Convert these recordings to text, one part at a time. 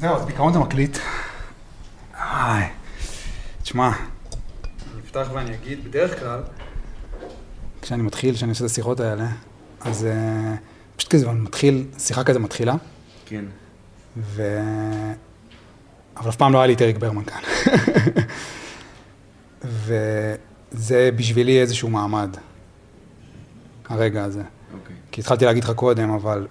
זהו, אז בעיקרון זה מקליט. תשמע, אני אפתח ואני אגיד, בדרך כלל, כשאני עושה את השיחות האלה, אז פשוט כזה מתחיל, שיחה כזה מתחילה. כן. אבל אף פעם לא היה לי את אריק ברמן כאן. וזה בשבילי איזשהו מעמד, הרגע הזה. אוקיי. כי התחלתי להגיד לך קודם, אבל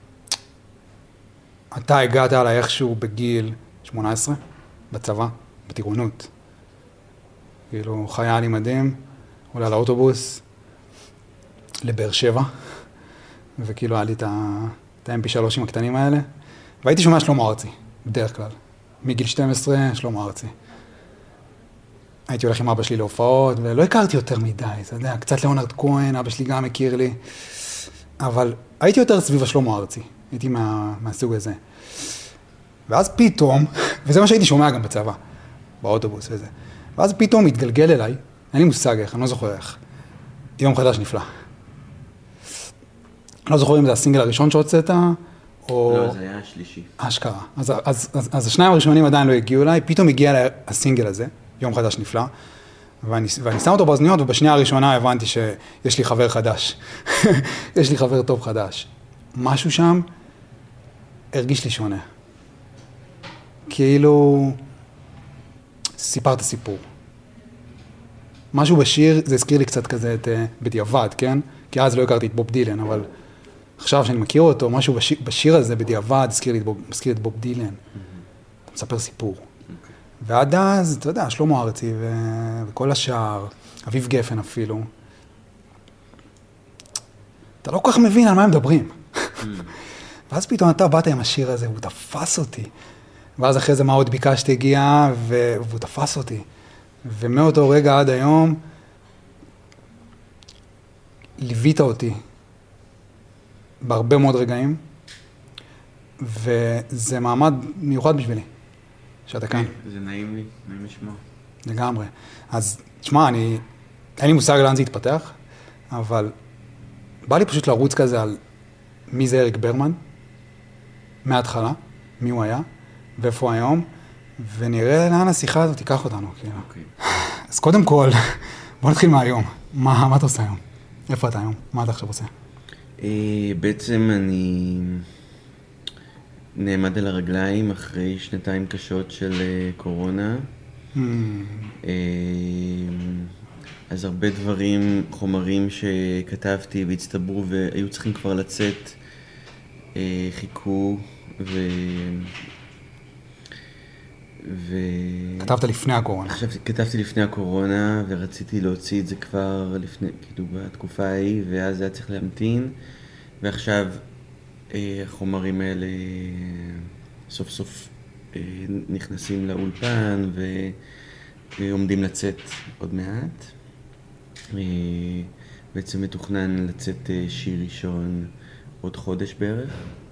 אתה הגעת עליי איכשהו בגיל 18, בצבא, בטירונות. כאילו, חייל עם מדים, עולה לאוטובוס, לבאר שבע, וכאילו היה לי את ה-MP3 הקטנים האלה, והייתי שומע שלמה ארצי, בדרך כלל. מגיל 12, שלמה ארצי. הייתי הולך עם אבא שלי להופעות, ולא הכרתי יותר מדי, אתה יודע, קצת ליאונרד כהן, אבא שלי גם הכיר לי, אבל הייתי יותר סביב השלמה ארצי, הייתי מהסוג הזה. ואז פתאום, וזה מה שהייתי שומע גם בצבא, באוטובוס וזה, ואז פתאום התגלגל אליי, אין לי מושג איך, אני לא זוכר איך, יום חדש נפלא. אני לא זוכר אם זה הסינגל הראשון שהוצאת, או... לא, זה היה השלישי. אשכרה. אז השניים הראשונים עדיין לא הגיעו אליי, פתאום הגיע אליי הסינגל הזה, יום חדש נפלא, ואני שם אותו באוזניות, ובשנייה הראשונה הבנתי שיש לי חבר חדש. יש לי חבר טוב חדש. משהו שם הרגיש לי שונה. כאילו סיפרת סיפור. משהו בשיר, זה הזכיר לי קצת כזה את בדיעבד, כן? כי אז לא הכרתי את בוב דילן, אבל עכשיו שאני מכיר אותו, משהו בשיר הזה בדיעבד מזכיר את בוב דילן. אתה מספר סיפור. ועד אז, אתה יודע, שלמה ארצי וכל השאר, אביב גפן אפילו. אתה לא כל כך מבין על מה הם מדברים. ואז פתאום אתה באת עם השיר הזה, והוא תפס אותי. ואז אחרי זה מה עוד ביקשתי הגיע, והוא תפס אותי. ומאותו רגע עד היום, ליווית אותי בהרבה מאוד רגעים, וזה מעמד מיוחד בשבילי, שאתה כאן. זה נעים לי, נעים לשמוע. לגמרי. אז, תשמע, אין לי מושג לאן זה יתפתח, אבל בא לי פשוט לרוץ כזה על מי זה אריק ברמן, מההתחלה, מי הוא היה, ואיפה הוא היום, ונראה לאן השיחה הזאת תיקח אותנו, כאילו. אוקיי. אז קודם כל, בוא נתחיל מהיום. מה אתה עושה היום? איפה אתה היום? מה אתה עכשיו עושה? בעצם אני נעמד על הרגליים אחרי 2 קשות של קורונה. אז הרבה דברים, חומרים שכתבתי והצטברו והיו צריכים כבר לצאת, חיכו כתבת לפני הקורונה. עכשיו כתבתי לפני הקורונה ורציתי להוציא את זה כבר לפני, כאילו בתקופה ההיא, ואז היה צריך להמתין, ועכשיו החומרים האלה סוף סוף נכנסים לאולפן ועומדים לצאת עוד מעט. בעצם מתוכנן לצאת שיר ראשון עוד חודש בערך,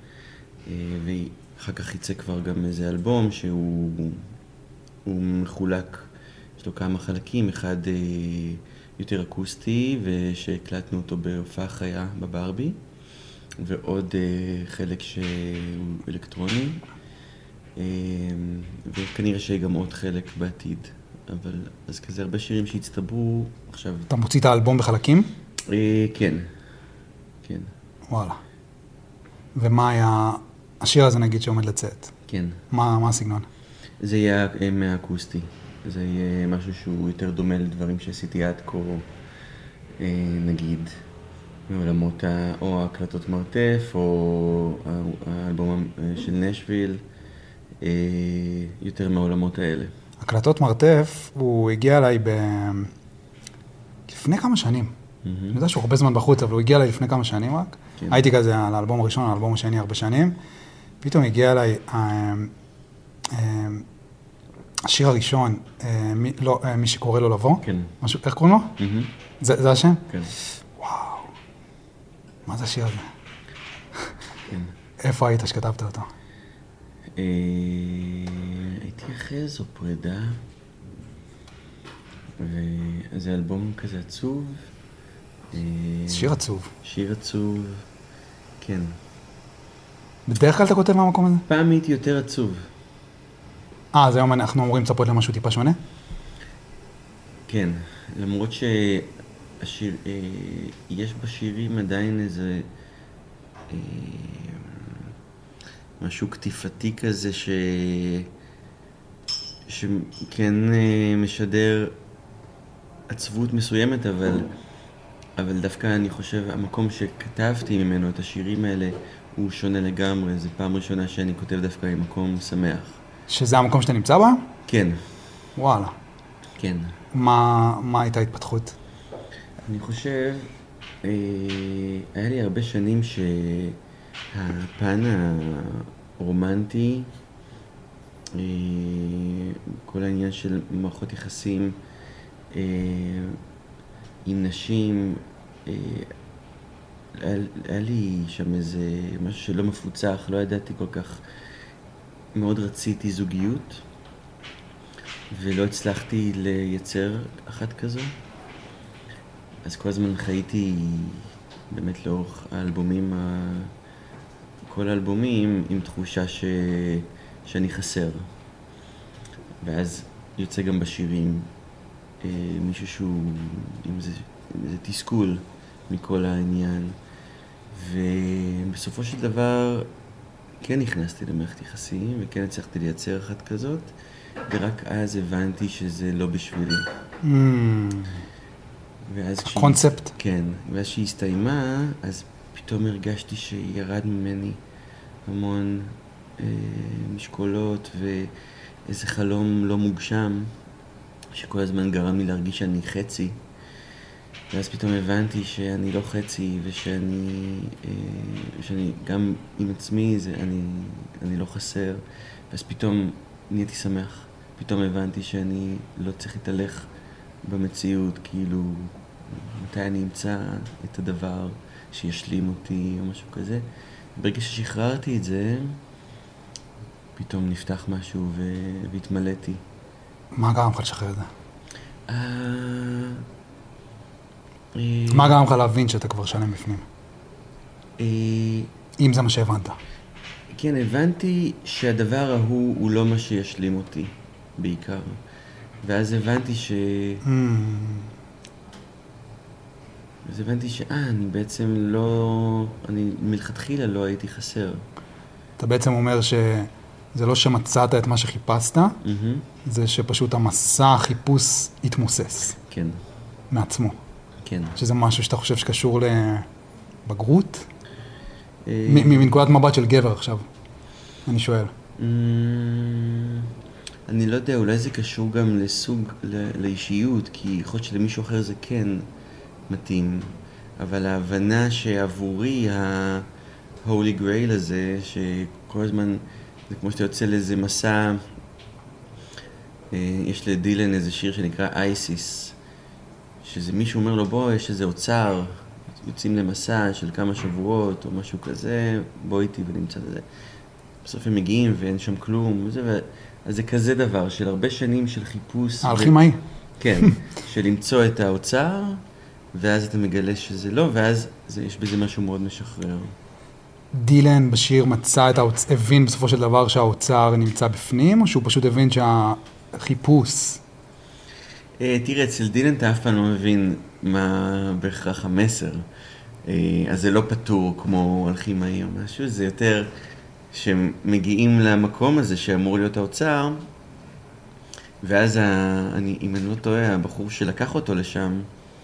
ואחר כך יצא כבר גם איזה אלבום שהוא מחולק, יש לו כמה חלקים, אחד יותר אקוסטי ושהקלטנו אותו בהופעה חיה בברבי, ועוד חלק שהוא אלקטרוני, וכנראה שגם עוד חלק בעתיד, אבל אז כזה הרבה שירים שהצטברו עכשיו. אתה מוציא את האלבום בחלקים? כן, כן. וואלה. ומה היה השיר הזה נגיד שעומד לצאת? כן. מה הסגנון? זה יהיה מהאקוסטי. זה יהיה משהו שהוא יותר דומה לדברים שעשיתי עד כה, נגיד, מעולמות או הקלטות מרתף, או האלבום של נשוויל, יותר מהעולמות האלה. הקלטות מרתף, הוא הגיע אליי לפני כמה שנים. אני יודע שהוא הרבה זמן בחוץ, אבל הוא הגיע אליי לפני כמה שנים רק. כן. הייתי כזה על האלבום הראשון, על האלבום השני הרבה שנים. פתאום הגיע אליי השיר הראשון, מי שקורא לו לבוא. כן. משהו, איך קוראים לו? זה השם? כן. וואו. מה זה השיר הזה? כן. איפה היית שכתבת אותו? הייתי אחרי איזו פרידה, וזה אלבום כזה עצוב. שיר עצוב. שיר עצוב, כן. בדרך כלל אתה כותב מהמקום הזה? פעם הייתי יותר עצוב. אז היום אנחנו אמורים לצפות למשהו טיפה שונה? כן, למרות יש בשירים עדיין איזה משהו כתיפתי כזה שכן משדר עצבות מסוימת, אבל דווקא אני חושב המקום שכתבתי ממנו את השירים האלה הוא שונה לגמרי. זו פעם ראשונה שאני כותב דווקא ממקום שמח. שזה המקום שאתה נמצא בה? כן. וואלה. כן. מה הייתה התפתחות? אני חושב, היה לי הרבה שנים שהפן הרומנטי, כל העניין של מערכות יחסים עם נשים, היה לי שם איזה משהו שלא מפוצח, לא ידעתי כל כך, מאוד רציתי זוגיות ולא הצלחתי לייצר אחת כזו. אז כל הזמן חייתי באמת לאורך האלבומים, כל האלבומים עם תחושה שאני חסר. ואז יוצא גם בשירים מישהו שהוא עם איזה תסכול מכל העניין. ובסופו של דבר כן נכנסתי למערכת יחסים וכן הצלחתי לייצר אחת כזאת, ורק אז הבנתי שזה לא בשבילי. קונספט. כן, ואז שהיא הסתיימה, אז פתאום הרגשתי שירד ממני המון משקולות ואיזה חלום לא מוגשם, שכל הזמן גרם לי להרגיש שאני חצי. ואז פתאום הבנתי שאני לא חצי, ושאני גם עם עצמי, אני לא חסר. ואז פתאום נהייתי שמח. פתאום הבנתי שאני לא צריך להתהלך במציאות, כאילו, מתי אני אמצא את הדבר שישלים אותי או משהו כזה. ברגע ששחררתי את זה, פתאום נפתח משהו והתמלאתי. מה גרם לך לשחרר את זה? מה גרם לך להבין שאתה כבר שלם בפנים? אם זה מה שהבנת. כן, הבנתי שהדבר ההוא הוא לא מה שישלים אותי, בעיקר. ואז הבנתי אני בעצם לא, אני מלכתחילה לא הייתי חסר. אתה בעצם אומר שזה לא שמצאת את מה שחיפשת, זה שפשוט המסע החיפוש התמוסס. כן. מעצמו. כן. שזה משהו שאתה חושב שקשור לבגרות? מנקודת מבט של גבר עכשיו, אני שואל. אני לא יודע, אולי זה קשור גם לאישיות, כי יכול להיות שלמישהו אחר זה כן מתאים, אבל ההבנה שעבורי ה-Holy Grail הזה, שכל הזמן, זה כמו שאתה יוצא לאיזה מסע, יש לדילן איזה שיר שנקרא אייסיס, שזה מישהו אומר לו, בוא, יש איזה אוצר, יוצאים למסע של כמה שבועות או משהו כזה, בוא איתי ונמצא את זה. בסוף הם מגיעים ואין שם כלום, אז זה כזה דבר של הרבה שנים של חיפוש. האלכימאי. כן, של למצוא את האוצר, ואז אתה מגלה שזה לא, ואז יש בזה משהו מאוד משחרר. דילן בשיר מצא הבין בסופו של דבר שהאוצר נמצא בפנים, או שהוא פשוט הבין שהחיפוש? תראה, אצל דילן אתה אף פעם לא מבין מה בהכרח המסר. אז זה לא פתור כמו אלכימאי או משהו, זה יותר שמגיעים למקום הזה שאמור להיות האוצר, ואז אם אני לא טועה, הבחור שלקח אותו לשם,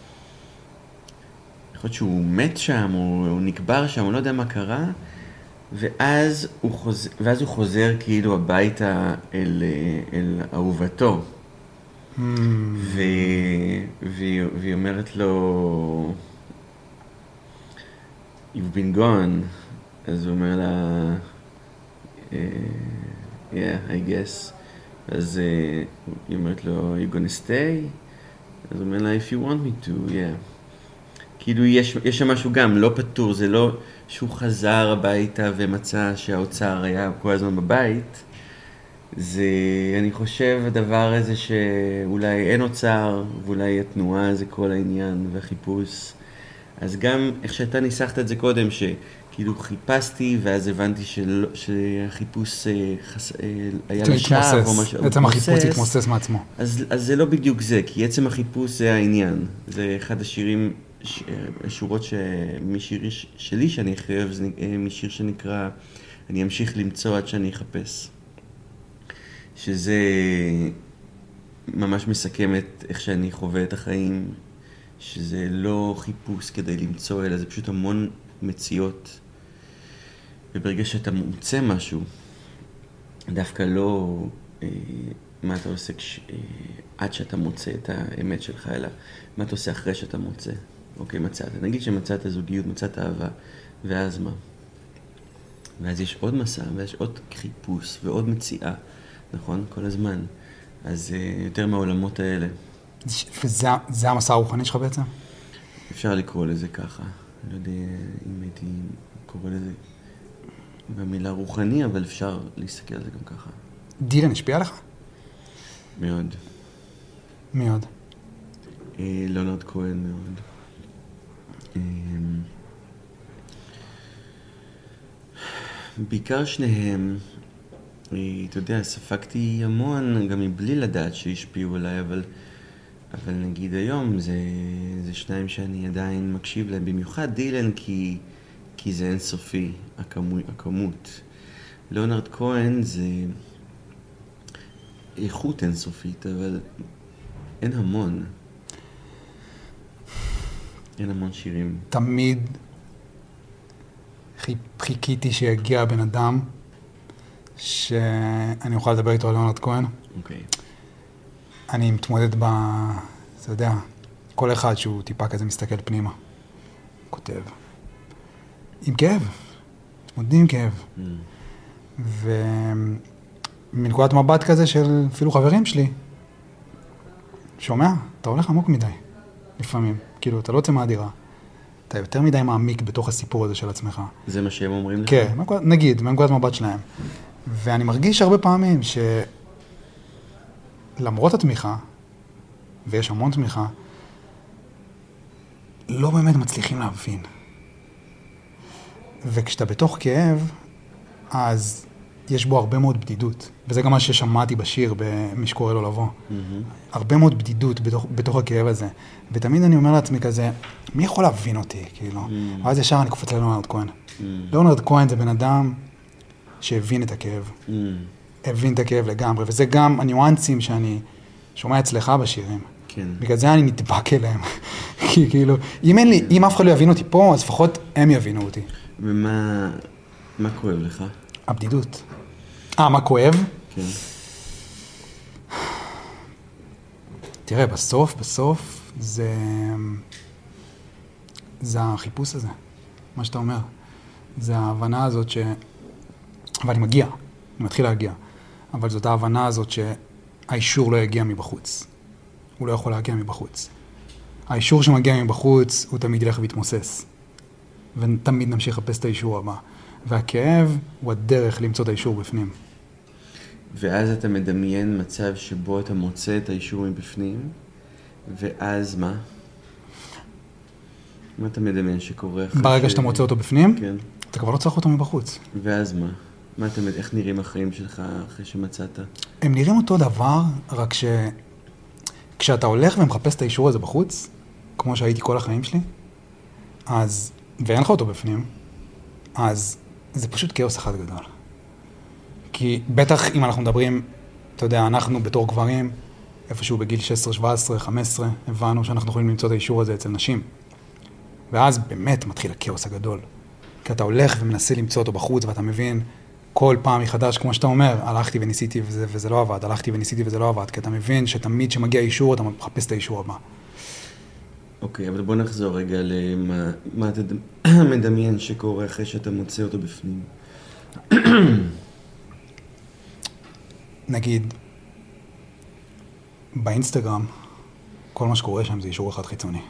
יכול להיות שהוא מת שם, או הוא נקבר שם, הוא לא יודע מה קרה, ואז הוא חוזר כאילו הביתה אל אהובתו. והיא אומרת לו, You've been gone. אז הוא אומר לה, yeah, I guess. אז היא אומרת לו, you gonna stay? אז הוא אומר לה, if you want me to, yeah. כאילו יש שם משהו גם לא פתור, זה לא שהוא חזר הביתה ומצא שהאוצר היה כל הזמן בבית. זה, אני חושב, הדבר הזה שאולי אין אוצר, ואולי התנועה זה כל העניין והחיפוש. אז גם איך שאתה ניסחת את זה קודם, כאילו חיפשתי, ואז הבנתי שהחיפוש היה לשווא או משהו. עצם החיפוש התמוסס מעצמו. אז זה לא בדיוק זה, כי עצם החיפוש זה העניין. זה אחד השורות משיר שלי שאני הכי אוהב, זה משיר שנקרא אני אמשיך למצוא עד שאני אחפש. שזה ממש מסכם את איך שאני חווה את החיים, שזה לא חיפוש כדי למצוא, אלא זה פשוט המון מציאות. וברגע שאתה מוצא משהו, דווקא לא מה אתה עושה עד שאתה מוצא את האמת שלך, אלא מה אתה עושה אחרי שאתה מוצא. אוקיי, מצאת. נגיד שמצאת זוגיות, מצאת אהבה, ואז מה? ואז יש עוד מסע, ויש עוד חיפוש, ועוד מציאה, נכון? כל הזמן. אז יותר מהעולמות האלה. וזה המסע הרוחני שלך בעצם? אפשר לקרוא לזה ככה. אני לא יודע אם הייתי קורא לזה במילה רוחני, אבל אפשר להסתכל על זה גם ככה. דילן השפיע עליך? מאוד. מי עוד? לונרד כהן מאוד. בעיקר שניהם, אתה יודע, ספקתי המון, גם מבלי לדעת שהשפיעו עליי, אבל נגיד היום זה שניים שאני עדיין מקשיב להם, במיוחד דילן כי זה אינסופי, הכמות. לונרד כהן זה איכות אינסופית, אבל אין המון שירים. תמיד חיכיתי שיגיע הבן אדם שאני אוכל לדבר איתו על לונרד כהן. אוקיי. אני מתמודד אתה יודע, כל אחד שהוא טיפה כזה מסתכל פנימה, כותב. עם כאב. מתמודדים עם כאב. ומנקודת מבט כזה של אפילו חברים שלי, שומע? אתה הולך עמוק מדי, לפעמים. כאילו, אתה לא יוצא מהדירה. אתה יותר מדי מעמיק בתוך הסיפור הזה של עצמך. זה מה שהם אומרים לך? כן, נגיד, מנקודת מבט שלהם. ואני מרגיש הרבה פעמים שלמרות התמיכה, ויש המון תמיכה, לא באמת מצליחים להבין. וכשאתה בתוך כאב, אז יש בו הרבה מאוד בדידות. וזה גם מה ששמעתי בשיר במי שקורא לו לבוא. הרבה מאוד בדידות בתוך הכאב הזה. ותמיד אני אומר לעצמי כזה, מי יכול להבין אותי? כאילו. ואז ישר אני קופץ ללונרד כהן. לונרד כהן זה בן אדם שהבין את הכאב. הבין את הכאב לגמרי. וזה גם הניואנסים שאני שומע אצלך בשירים. כן. בגלל זה אני נדבק אליהם. כי כאילו, אם אף אחד לא יבין אותי פה, אז לפחות הם יבינו אותי. ומה כואב לך? הבדידות. מה כואב? כן. תראה, בסוף, זה החיפוש הזה, מה שאתה אומר. זה ההבנה הזאת ואני מגיע, אני מתחיל להגיע, אבל זאת ההבנה הזאת שהאישור לא יגיע מבחוץ. הוא לא יכול להגיע מבחוץ. האישור שמגיע מבחוץ, הוא תמיד ילך ויתמוסס. ותמיד נמשיך לחפש את האישור הבא. והכאב הוא הדרך למצוא את האישור בפנים. ואז אתה מדמיין מצב שבו אתה מוצא את האישור מבפנים, ואז מה? מה אתה מדמיין שקורה אחרי ברגע שאתה מוצא אותו בפנים, כן. אתה כבר לא צריך אותו מבחוץ. ואז מה? איך נראים החיים שלך אחרי שמצאת? הם נראים אותו דבר, רק כשאתה הולך ומחפש את האישור הזה בחוץ, כמו שהייתי כל החיים שלי, ואין לך אותו בפנים, אז זה פשוט כאוס אחד גדול. כי בטח אם אנחנו מדברים, אתה יודע, אנחנו בתור גברים, איפשהו בגיל 16, 17, 15, הבנו שאנחנו יכולים למצוא את האישור הזה אצל נשים. ואז באמת מתחיל הכאוס הגדול. כי אתה הולך ומנסה למצוא אותו בחוץ, ואתה מבין כל פעם מחדש, כמו שאתה אומר, הלכתי וניסיתי וזה לא עבד, הלכתי וניסיתי וזה לא עבד, כי אתה מבין שתמיד שמגיע אישור, אתה מחפש את האישור הבא. אוקיי, אבל בוא נחזור רגע למה אתה מדמיין שקורה אחרי שאתה מוצא אותו בפנים. נגיד, באינסטגרם, כל מה שקורה שם זה אישור אחד חיצוני.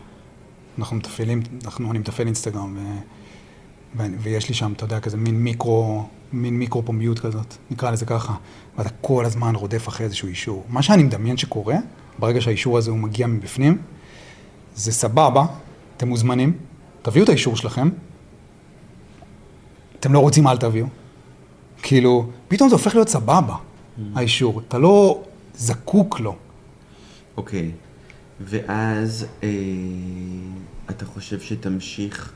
אני מתפעל אינסטגרם, ויש לי שם, אתה יודע, כזה מין מיקרו פומיות כזאת, נקרא לזה ככה, ואתה כל הזמן רודף אחרי איזשהו אישור. מה שאני מדמיין שקורה, ברגע שהאישור הזה הוא מגיע מבפנים, זה סבבה, אתם מוזמנים, תביאו את האישור שלכם, אתם לא רוצים, אל תביאו. כאילו, פתאום זה הופך להיות סבבה, האישור. אתה לא זקוק לו. אוקיי. ואז אתה חושב שתמשיך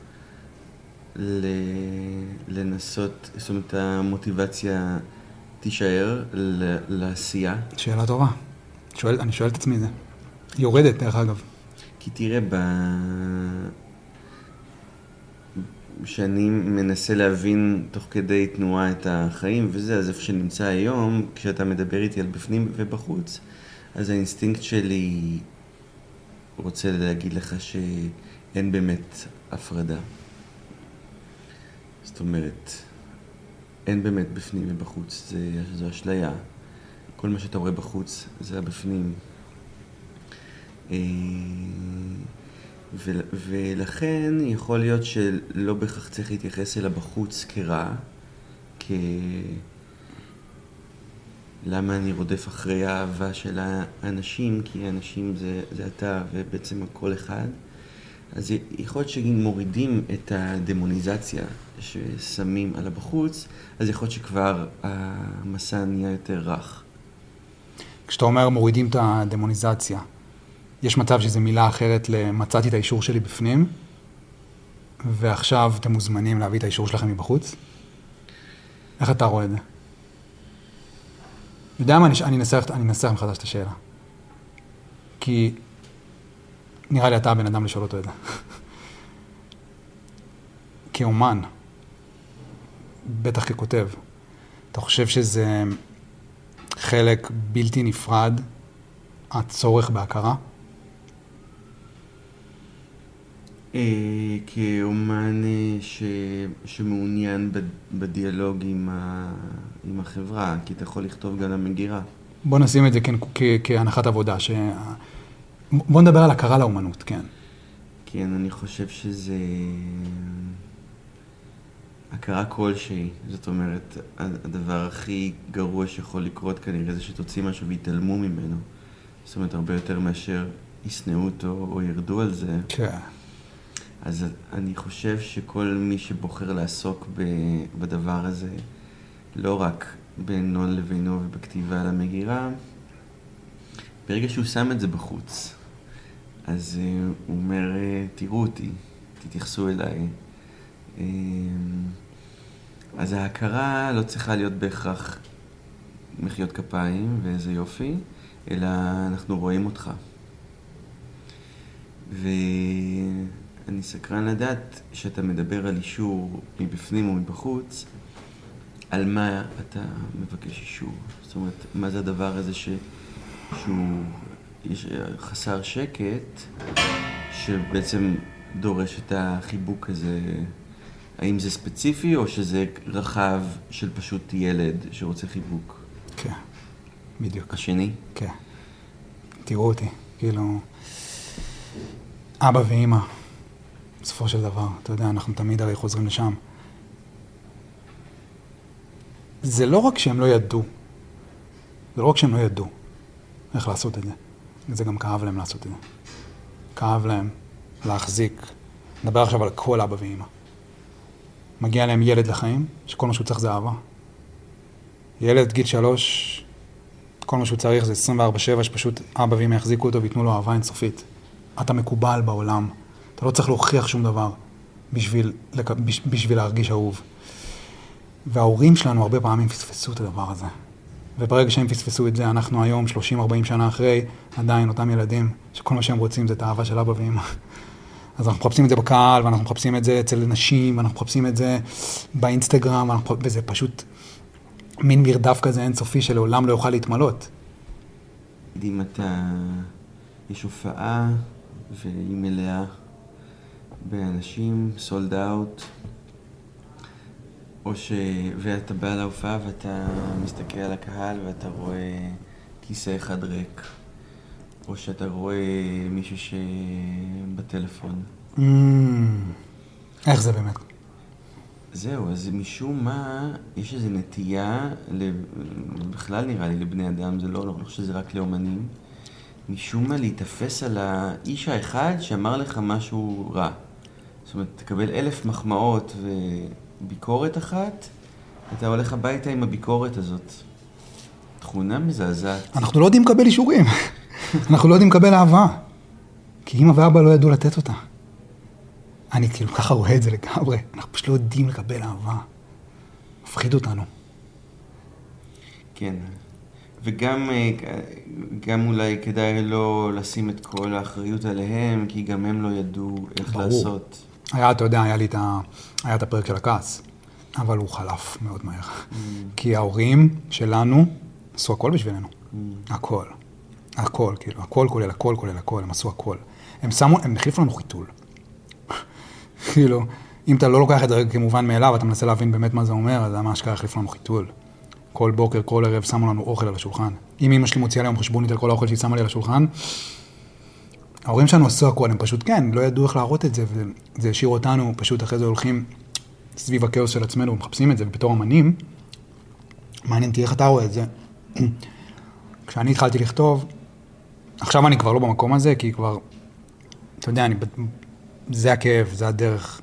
לנסות, זאת אומרת, המוטיבציה תישאר לעשייה? שאלה טובה. אני שואל את עצמי זה. היא יורדת, דרך אגב. כי תראה, שאני מנסה להבין תוך כדי תנועה את החיים וזה, אז איפה שנמצא היום, כשאתה מדבר איתי על בפנים ובחוץ, אז האינסטינקט שלי רוצה להגיד לך שאין באמת הפרדה. זאת אומרת, אין באמת בפנים ובחוץ, זו אשליה. כל מה שאתה רואה בחוץ זה הבפנים. ולכן יכול להיות שלא בהכרח צריך להתייחס אל הבחוץ כרע, למה אני רודף אחרי האהבה של האנשים, כי האנשים זה אתה ובעצם כל אחד. אז יכול להיות שאם מורידים את הדמוניזציה ששמים על הבחוץ, אז יכול להיות שכבר המסע נהיה יותר רך. כשאתה אומר מורידים את הדמוניזציה, יש מצב שזו מילה אחרת למצאתי את האישור שלי בפנים, ועכשיו אתם מוזמנים להביא את האישור שלכם מבחוץ? איך אתה רואה את זה? יודע מה, אני אנסח מחדש את השאלה. כי נראה לי אתה הבן אדם לשאול אותו את זה. כאומן, בטח ככותב, אתה חושב שזה חלק בלתי נפרד, הצורך בהכרה? כאומן שמעוניין בדיאלוג עם החברה, כי אתה יכול לכתוב גם למגירה. בוא נשים את זה כהנחת עבודה. בוא נדבר על הכרה לאומנות, כן. כן, אני חושב שזה הכרה כלשהי. זאת אומרת, הדבר הכי גרוע שיכול לקרות כנראה זה שתוציא משהו והתעלמו ממנו. זאת אומרת, הרבה יותר מאשר ישנאו אותו או ירדו על זה. כן. אז אני חושב שכל מי שבוחר לעסוק בדבר הזה, לא רק בינו לבינו ובכתיבה על המגירה, ברגע שהוא שם את זה בחוץ, אז הוא אומר, תראו אותי, תתייחסו אליי. אז ההכרה לא צריכה להיות בהכרח מחיאות כפיים ואיזה יופי, אלא אנחנו רואים אותך. ואני סקרן לדעת שאתה מדבר על אישור מבפנים ומבחוץ, על מה אתה מבקש אישור. זאת אומרת, מה זה הדבר הזה שהוא חסר שקט, שבעצם דורש את החיבוק הזה. האם זה ספציפי או שזה רחב של פשוט ילד שרוצה חיבוק? כן, בדיוק. השני? כן. תראו אותי, כאילו, אבא ואמא, בסופו של דבר, אתה יודע, אנחנו תמיד הרי חוזרים לשם. זה לא רק שהם לא ידעו, איך לעשות את זה. זה גם כאב להם לעשות את זה. כאב להם להחזיק, נדבר עכשיו על כל אבא ואמא. מגיע להם ילד לחיים, שכל מה שהוא צריך זה אהבה. ילד גיל 3, כל מה שהוא צריך זה 24/7, שפשוט אבא ואמא יחזיקו אותו ויתנו לו אהבה אינסופית. אתה מקובל בעולם, אתה לא צריך להוכיח שום דבר בשביל להרגיש אהוב. וההורים שלנו הרבה פעמים פספסו את הדבר הזה. וברגע שהם פספסו את זה, אנחנו היום, 30-40 שנה אחרי, עדיין אותם ילדים, שכל מה שהם רוצים זה את האהבה של אבא ואמא. אז אנחנו מחפשים את זה בקהל, ואנחנו מחפשים את זה אצל נשים, ואנחנו מחפשים את זה באינסטגרם, וזה פשוט מין מרדף כזה אינסופי שלעולם לא יוכל להתמלות. אם יש הופעה והיא מלאה באנשים, סולד אאוט, ואתה בא להופעה ואתה מסתכל על הקהל ואתה רואה כיסא אחד ריק, או שאתה רואה מישהו שבטלפון. איך זה באמת? זהו, אז משום מה, יש איזו נטייה, בכלל נראה לי לבני אדם, זה לא חושב שזה רק לאומנים, משום מה להתאפס על האיש האחד שאמר לך משהו רע. זאת אומרת, תקבל 1000 מחמאות ביקורת אחת, אתה הולך הביתה עם הביקורת הזאת. תכונה מזעזעת. אנחנו לא יודעים לקבל אישורים. אנחנו לא יודעים לקבל אהבה. כי אמא ואבא לא ידעו לתת אותה. אני כאילו ככה רואה את זה לגמרי. אנחנו פשוט לא יודעים לקבל אהבה. מפחיד אותנו. כן. וגם אולי כדאי לא לשים את כל האחריות עליהם, כי גם הם לא ידעו איך ברור. לעשות. אתה יודע, היה את הפרק של הכעס, אבל הוא חלף מאוד מהר. כי ההורים שלנו עשו הכל בשבילנו. הכל. הכל, כאילו, הכל כולל הכל, הם עשו הכל. הם החליפו לנו חיתול. כאילו, אם אתה לא לוקח את זה כמובן מאליו, אתה מנסה להבין באמת מה זה אומר, אז מה אשכרה החליפו לנו חיתול. כל בוקר, כל ערב, שמו לנו אוכל על השולחן. אם אמא שלי מוציאה להם חשבונית על כל האוכל שהיא שמה לי על השולחן, ההורים שלנו עשו הכל, הם פשוט כן, לא ידעו איך להראות את זה, וזה השאיר אותנו, פשוט אחרי זה הולכים סביב הכאוס של עצמנו, ומחפשים את זה, ובתור אמנים, מעניין אותי איך אתה רואה את זה. כשאני התחלתי לכתוב, עכשיו אני כבר לא במקום הזה, כי כבר, אתה יודע, זה הכאב, זה הדרך,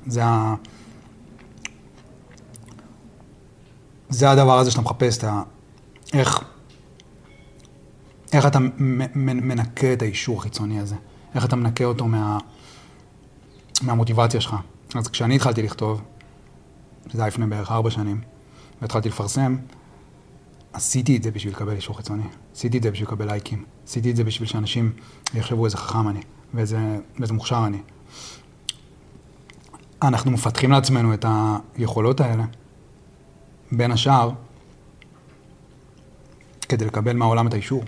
זה הדבר הזה שאתה מחפש, איך אתה מנקה את האישור החיצוני הזה, איך אתה מנקה אותו מהמוטיבציה שלך. אז כשאני התחלתי לכתוב, זה היה לפני בערך 4 שנים, והתחלתי לפרסם, עשיתי את זה בשביל לקבל אישור חיצוני, עשיתי את זה בשביל לקבל לייקים, עשיתי את זה בשביל שאנשים יחשבו איזה חכם אני, ואיזה מוכשר אני. אנחנו מפתחים לעצמנו את היכולות האלה, בין השאר, כדי לקבל מהעולם את האישור.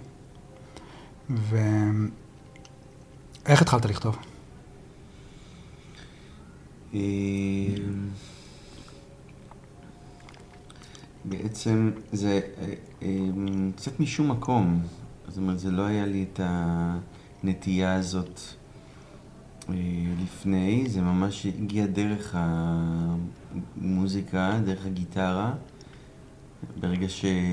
איך התחלת לכתוב? בעצם זה קצת משום מקום. זאת אומרת, זה לא היה לי את הנטייה הזאת לפני, זה ממש הגיע דרך המוזיקה, דרך הגיטרה. ברגע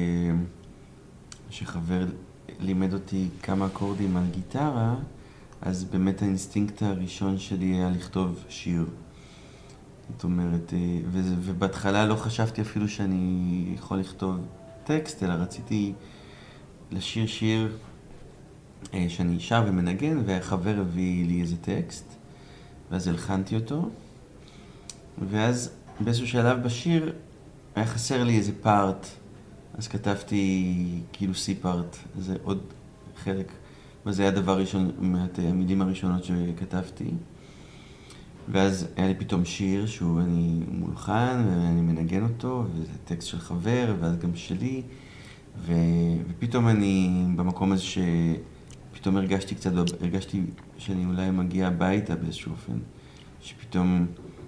שחבר לימד אותי כמה אקורדים על גיטרה, אז באמת האינסטינקט הראשון שלי היה לכתוב שיר. זאת אומרת, ובהתחלה לא חשבתי אפילו שאני יכול לכתוב טקסט, אלא רציתי לשיר שיר שאני שר ומנגן, והחבר הביא לי איזה טקסט, ואז הלחנתי אותו, ואז באיזשהו שלב בשיר היה חסר לי איזה פארט, אז כתבתי כאילו סי פארט, זה עוד חלק, וזה היה הדבר ראשון, מהמילים הראשונות שכתבתי, ואז היה לי פתאום שיר שהוא אני מולחן ואני מנגן אותו, וזה טקסט של חבר, ואז גם שלי, ופתאום אני במקום הזה פתאום הרגשתי שאני אולי מגיע הביתה באיזשהו אופן, שפתאום,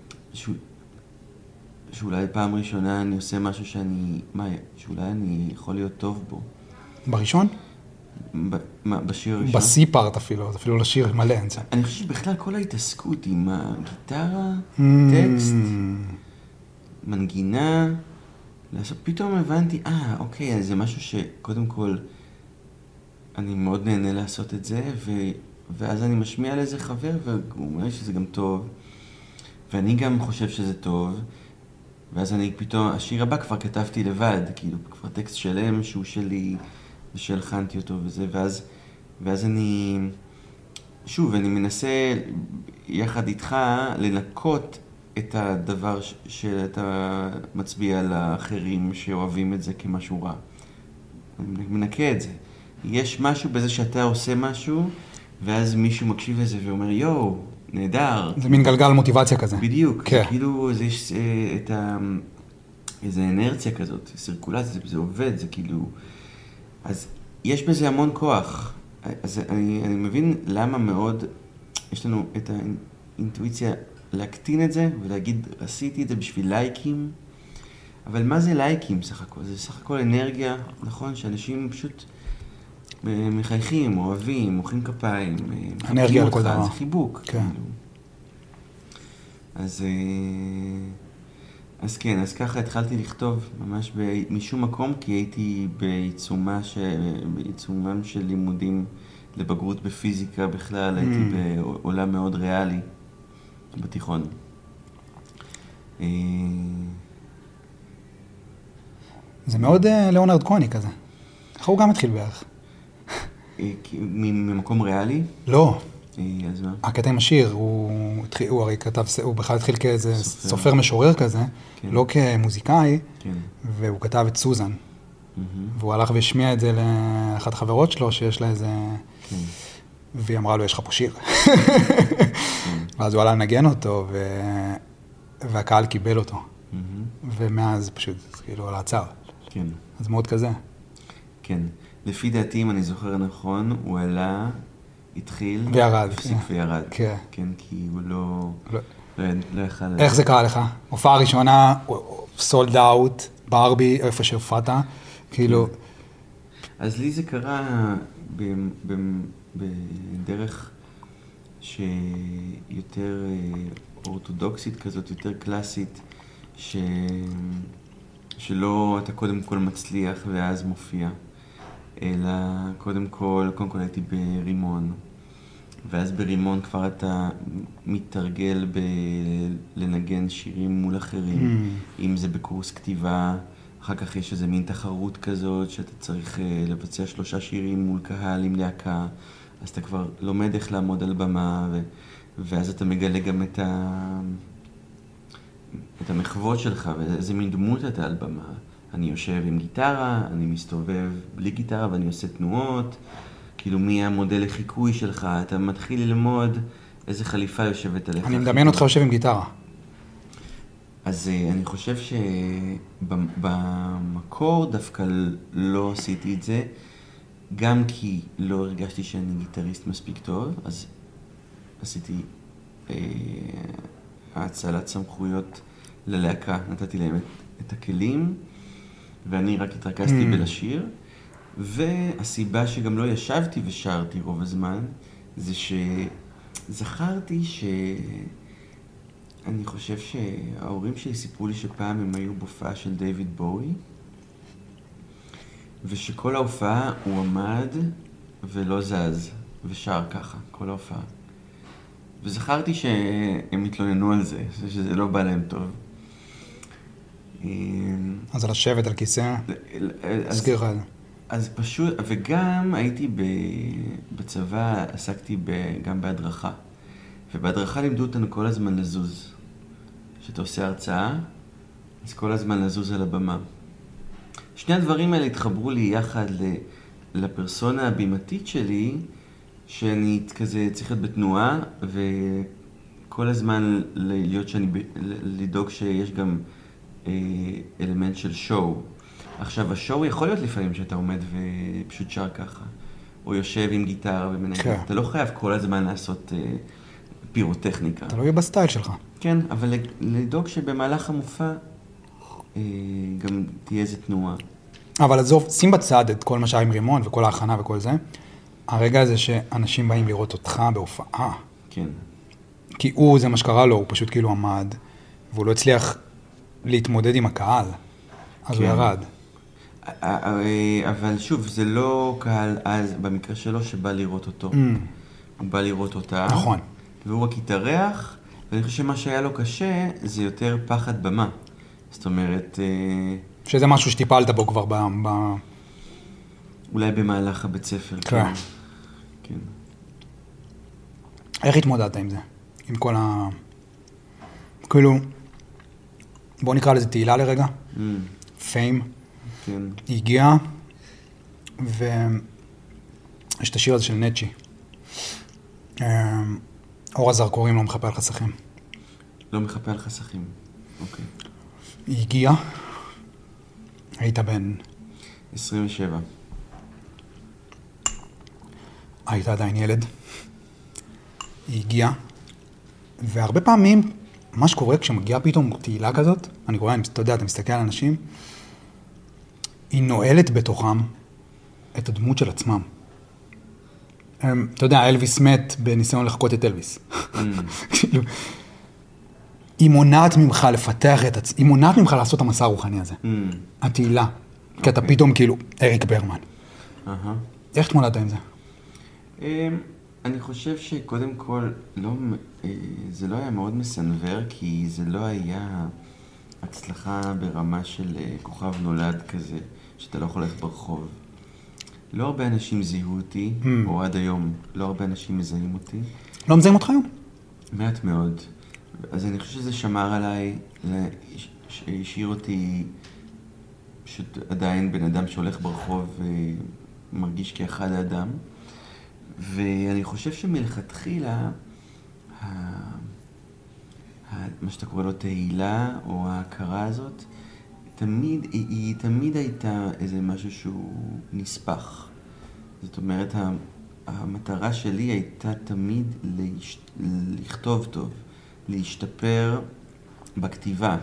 שאולי פעם ראשונה אני עושה משהו שאולי אני יכול להיות טוב בו. בראשון? בשיר הראשון? בסי פארט אפילו, זה אפילו לשיר מלא. אני חושב שבכלל כל ההתעסקות עם הגיטרה, טקסט, מנגינה, פתאום הבנתי, אוקיי, אז זה משהו שקודם כל אני מאוד נהנה לעשות את זה, ואז אני משמיע לאיזה חבר, והוא אומר שזה גם טוב, ואני גם חושב שזה טוב, ואז אני פתאום, השיר הבא כבר כתבתי לבד, כאילו כבר טקסט שלם שהוא שלי, ושהלחנתי אותו וזה, ואז אני, שוב, אני מנסה יחד איתך לנקות את הדבר שאתה מצביע לאחרים שאוהבים את זה כמשהו רע. אני מנקה את זה. יש משהו בזה שאתה עושה משהו, ואז מישהו מקשיב לזה ואומר, יואו, נהדר. זה מין גלגל מוטיבציה כזה. בדיוק. כן. כאילו, יש איזו אנרציה כזאת, סירקולציה, זה עובד, זה כאילו... אז יש בזה המון כוח. אז אני מבין למה מאוד יש לנו את האינטואיציה להקטין את זה ולהגיד, עשיתי את זה בשביל לייקים, אבל מה זה לייקים סך הכל? זה סך הכל אנרגיה, נכון? שאנשים פשוט מחייכים, אוהבים, מוחאים כפיים. אנרגיה על כל דבר. זה חיבוק. כן. אז כן, אז ככה התחלתי לכתוב ממש משום מקום, כי הייתי בעיצומם של לימודים לבגרות בפיזיקה בכלל, הייתי בעולם מאוד ריאלי בתיכון. זה מאוד ליאונרד כהני כזה. איך הוא גם התחיל בערך? ממקום ריאלי? לא. אז מה? הקטע עם השיר, הוא הרי כתב, הוא בכלל התחיל כאיזה סופר משורר כזה, לא כמוזיקאי, והוא כתב את סוזן. והוא הלך והשמיע את זה לאחת החברות שלו, שיש לה איזה... והיא אמרה לו, יש לך פה שיר. ואז הוא עלה לנגן אותו, והקהל קיבל אותו. ומאז פשוט, כאילו, על העצר. כן. אז מאוד כזה. כן. לפי דעתי, אם אני זוכר נכון, הוא עלה, התחיל, וירד. הפסיק וירד. כן. כן, כי הוא לא יכל... איך זה קרה לך? הופעה ראשונה, סולד אאוט, ברבי, איפה שהופעת, כאילו... אז לי זה קרה בדרך שיותר אורתודוקסית כזאת, יותר קלאסית, שלא אתה קודם כל מצליח ואז מופיע, אלא קודם כל הייתי ברימון, ואז ברימון כבר אתה מתרגל לנגן שירים מול אחרים, אם זה בקורס כתיבה, אחר כך יש איזה מין תחרות כזאת שאתה צריך לבצע 3 שירים מול קהל עם להקה, אז אתה כבר לומד איך לעמוד על במה, ואז אתה מגלה גם את המחוות שלך, ואיזה מין דמות אתה על במה. אני יושב עם גיטרה, אני מסתובב בלי גיטרה ואני עושה תנועות, כאילו מי המודל לחיקוי שלך, אתה מתחיל ללמוד איזה חליפה יושבת עליך. אני מדמיין אותך יושב עם גיטרה. אז אני חושב שבמקור דווקא לא עשיתי את זה, גם כי לא הרגשתי שאני גיטריסט מספיק טוב, אז עשיתי האצלת סמכויות ללהקה, נתתי להם את הכלים, ואני רק התרכזתי בלשיר, והסיבה שגם לא ישבתי ושרתי רוב הזמן, זה שזכרתי אני חושב שההורים שלי סיפרו לי שפעם הם היו בהופעה של דיוויד בואי, ושכל ההופעה הוא עמד ולא זז, ושר ככה, כל ההופעה. וזכרתי שהם התלוננו על זה, שזה לא בא להם טוב. אז לשבת על כיסא, אזכיר לך את זה. אז פשוט, וגם הייתי בצבא, עסקתי גם בהדרכה. ובהדרכה לימדו אותנו כל הזמן לזוז. כשאתה עושה הרצאה, אז כל הזמן לזוז על הבמה. שני הדברים האלה התחברו לי יחד לפרסונה הבימתית שלי, שאני כזה צריך להיות בתנועה, וכל הזמן לדאוג שיש גם אלמנט של שואו. עכשיו, השואו יכול להיות לפעמים שאתה עומד ופשוט שר ככה, או יושב עם גיטרה ומנגן. כן. אתה לא חייב כל הזמן לעשות פירוטכניקה. אתה לא יהיה בסטייל שלך. כן, אבל לדאוג שבמהלך המופע גם תהיה איזה תנועה. אבל עזוב, שים בצד את כל מה שהיה עם רימון וכל ההכנה וכל זה. הרגע הזה שאנשים באים לראות אותך בהופעה. כן. כי זה מה שקרה לו, הוא פשוט כאילו עמד, והוא לא הצליח להתמודד עם הקהל. אז הוא ירד. אבל שוב, זה לא קהל אז, במקרה שלו, שבא לראות אותו. הוא בא לראות אותה. נכון. והוא רק התארח, ואני חושב שמה שהיה לו קשה, זה יותר פחד במה. זאת אומרת... שזה משהו שטיפלת בו כבר אולי במהלך הבית ספר. כן. כן. איך התמודדת עם זה? עם כל כאילו, בוא נקרא לזה תהילה לרגע. פיים. כן. היא הגיעה, ויש את השיר הזה של נצ'י. אור הזרקורים לא מחפה על חסכים. לא מחפה על חסכים, אוקיי. היא הגיעה, היית בן... 27. היית עדיין ילד. היא הגיעה, והרבה פעמים, מה שקורה כשמגיעה פתאום תהילה כזאת, אני רואה, אתה יודע, אתה מסתכל על אנשים, היא נועלת בתוכם את הדמות של עצמם. אתה יודע, אלוויס מת בניסיון לחקות את אלוויס. היא מונעת ממך לפתח את היא מונעת ממך לעשות את המסע הרוחני הזה. התהילה. כי אתה פתאום כאילו, אריק ברמן. איך תמודדת עם זה? אני חושב שקודם כל, זה לא היה מאוד מסנבר, כי זה לא היה הצלחה ברמה של כוכב נולד כזה, שאתה לא יכול ללכת ברחוב. לא הרבה אנשים זיהו אותי, או עד היום, לא הרבה אנשים מזהים אותי. לא מזהים אותך היום? מעט מאוד. אז אני חושב שזה שמר עליי, השאיר אותי פשוט עדיין בן אדם שהולך ברחוב ומרגיש כאחד האדם. ואני חושב שמלכתחילה, מה שאתה קורא לו תהילה, או ההכרה הזאת, היא תמיד הייתה איזה משהו שהוא נספח. זאת אומרת, המטרה שלי הייתה תמיד לכתוב טוב, להשתפר בכתיבה.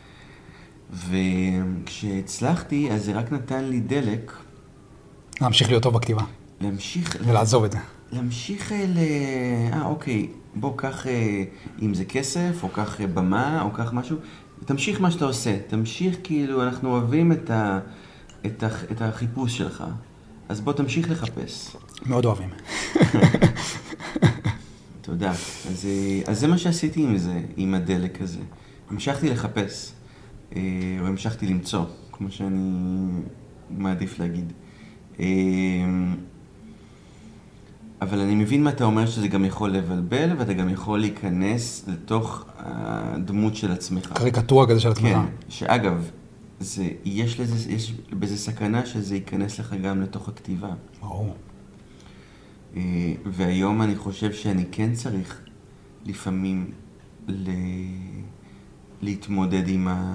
וכשהצלחתי, אז זה רק נתן לי דלק. להמשיך להיות טוב בכתיבה. להמשיך... ולעזוב את זה. להמשיך אוקיי, בוא קח, אם זה כסף, או קח במה, או קח משהו, תמשיך מה שאתה עושה. תמשיך כאילו, אנחנו אוהבים את החיפוש שלך. אז בוא תמשיך לחפש. מאוד אוהבים. תודה. אז זה מה שעשיתי עם זה, עם הדלק הזה. המשכתי לחפש, או המשכתי למצוא, כמו שאני מעדיף להגיד. אבל אני מבין מה אתה אומר, שזה גם יכול לבלבל, ואתה גם יכול להיכנס לתוך הדמות של עצמך. קריקטורה כזה של עצמך. כן, שאגב, יש בזה סכנה שזה ייכנס לך גם לתוך הכתיבה. ברור. והיום אני חושב שאני כן צריך לפעמים להתמודד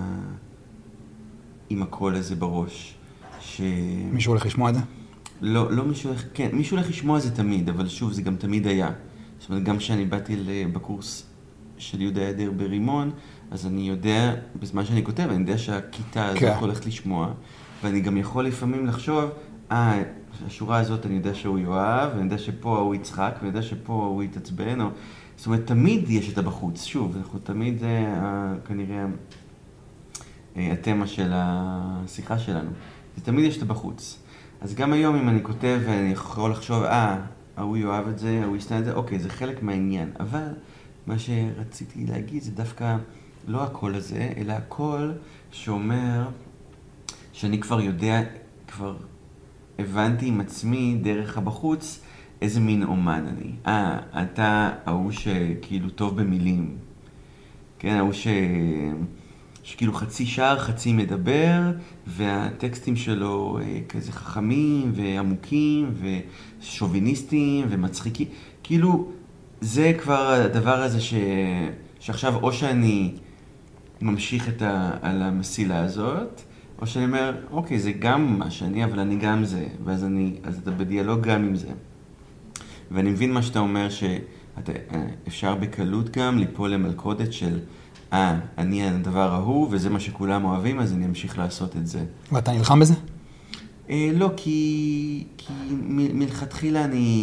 עם הקול הזה בראש. מישהו הולך לשמוע את זה? לא מישהו הולך, כן, מישהו הולך לשמוע זה תמיד, אבל שוב, זה גם תמיד היה. זאת אומרת, גם כשאני באתי בקורס של יהודה עדר ברימון, אז אני יודע, בזמן שאני כותב, אני יודע שהכיתה הזאת הולכת לשמוע, ואני גם יכול לפעמים לחשוב, השורה הזאת אני יודע שהוא יואב, ואני יודע שפה הוא יצחק, ואני יודע שפה הוא יתעצבן, זאת אומרת, תמיד יש את הבחוץ. שוב, אנחנו תמיד, זה כנראה התמה של השיחה שלנו. זה תמיד יש את הבחוץ. אז גם היום אם אני כותב ואני יכול לחשוב, הוא יאהב את זה, הוא יסתן את זה, אוקיי, זה חלק מהעניין. אבל מה שרציתי להגיד זה דווקא לא הקול הזה, אלא הקול שאומר שאני כבר יודע, כבר הבנתי עם עצמי דרך הבחוץ איזה מין אומן אני. אתה ההוא שכאילו טוב במילים. כן, ההוא שכאילו חצי שר, חצי מדבר, והטקסטים שלו כזה חכמים ועמוקים ושוביניסטים ומצחיקים. כאילו, זה כבר הדבר הזה שעכשיו או שאני ממשיך על המסילה הזאת, או שאני אומר, אוקיי, זה גם מה שאני, אבל אני גם זה, אז אתה בדיאלוג גם עם זה. ואני מבין מה שאתה אומר, שאפשר בקלות גם ליפול למלכודת של אני הדבר ההוא, וזה מה שכולם אוהבים, אז אני אמשיך לעשות את זה. ואתה נלחם בזה? לא, כי מלכתחילה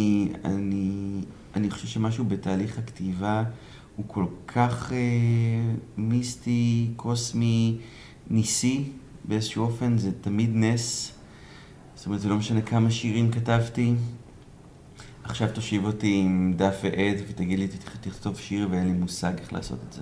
אני חושב שמשהו בתהליך הכתיבה הוא כל כך מיסטי, קוסמי, ניסי, באיזשהו אופן, זה תמיד נס. זאת אומרת, זה לא משנה כמה שירים כתבתי. עכשיו תושיב אותי עם דף ועט ותגיד לי, תכתוב שיר ואין לי מושג איך לעשות את זה.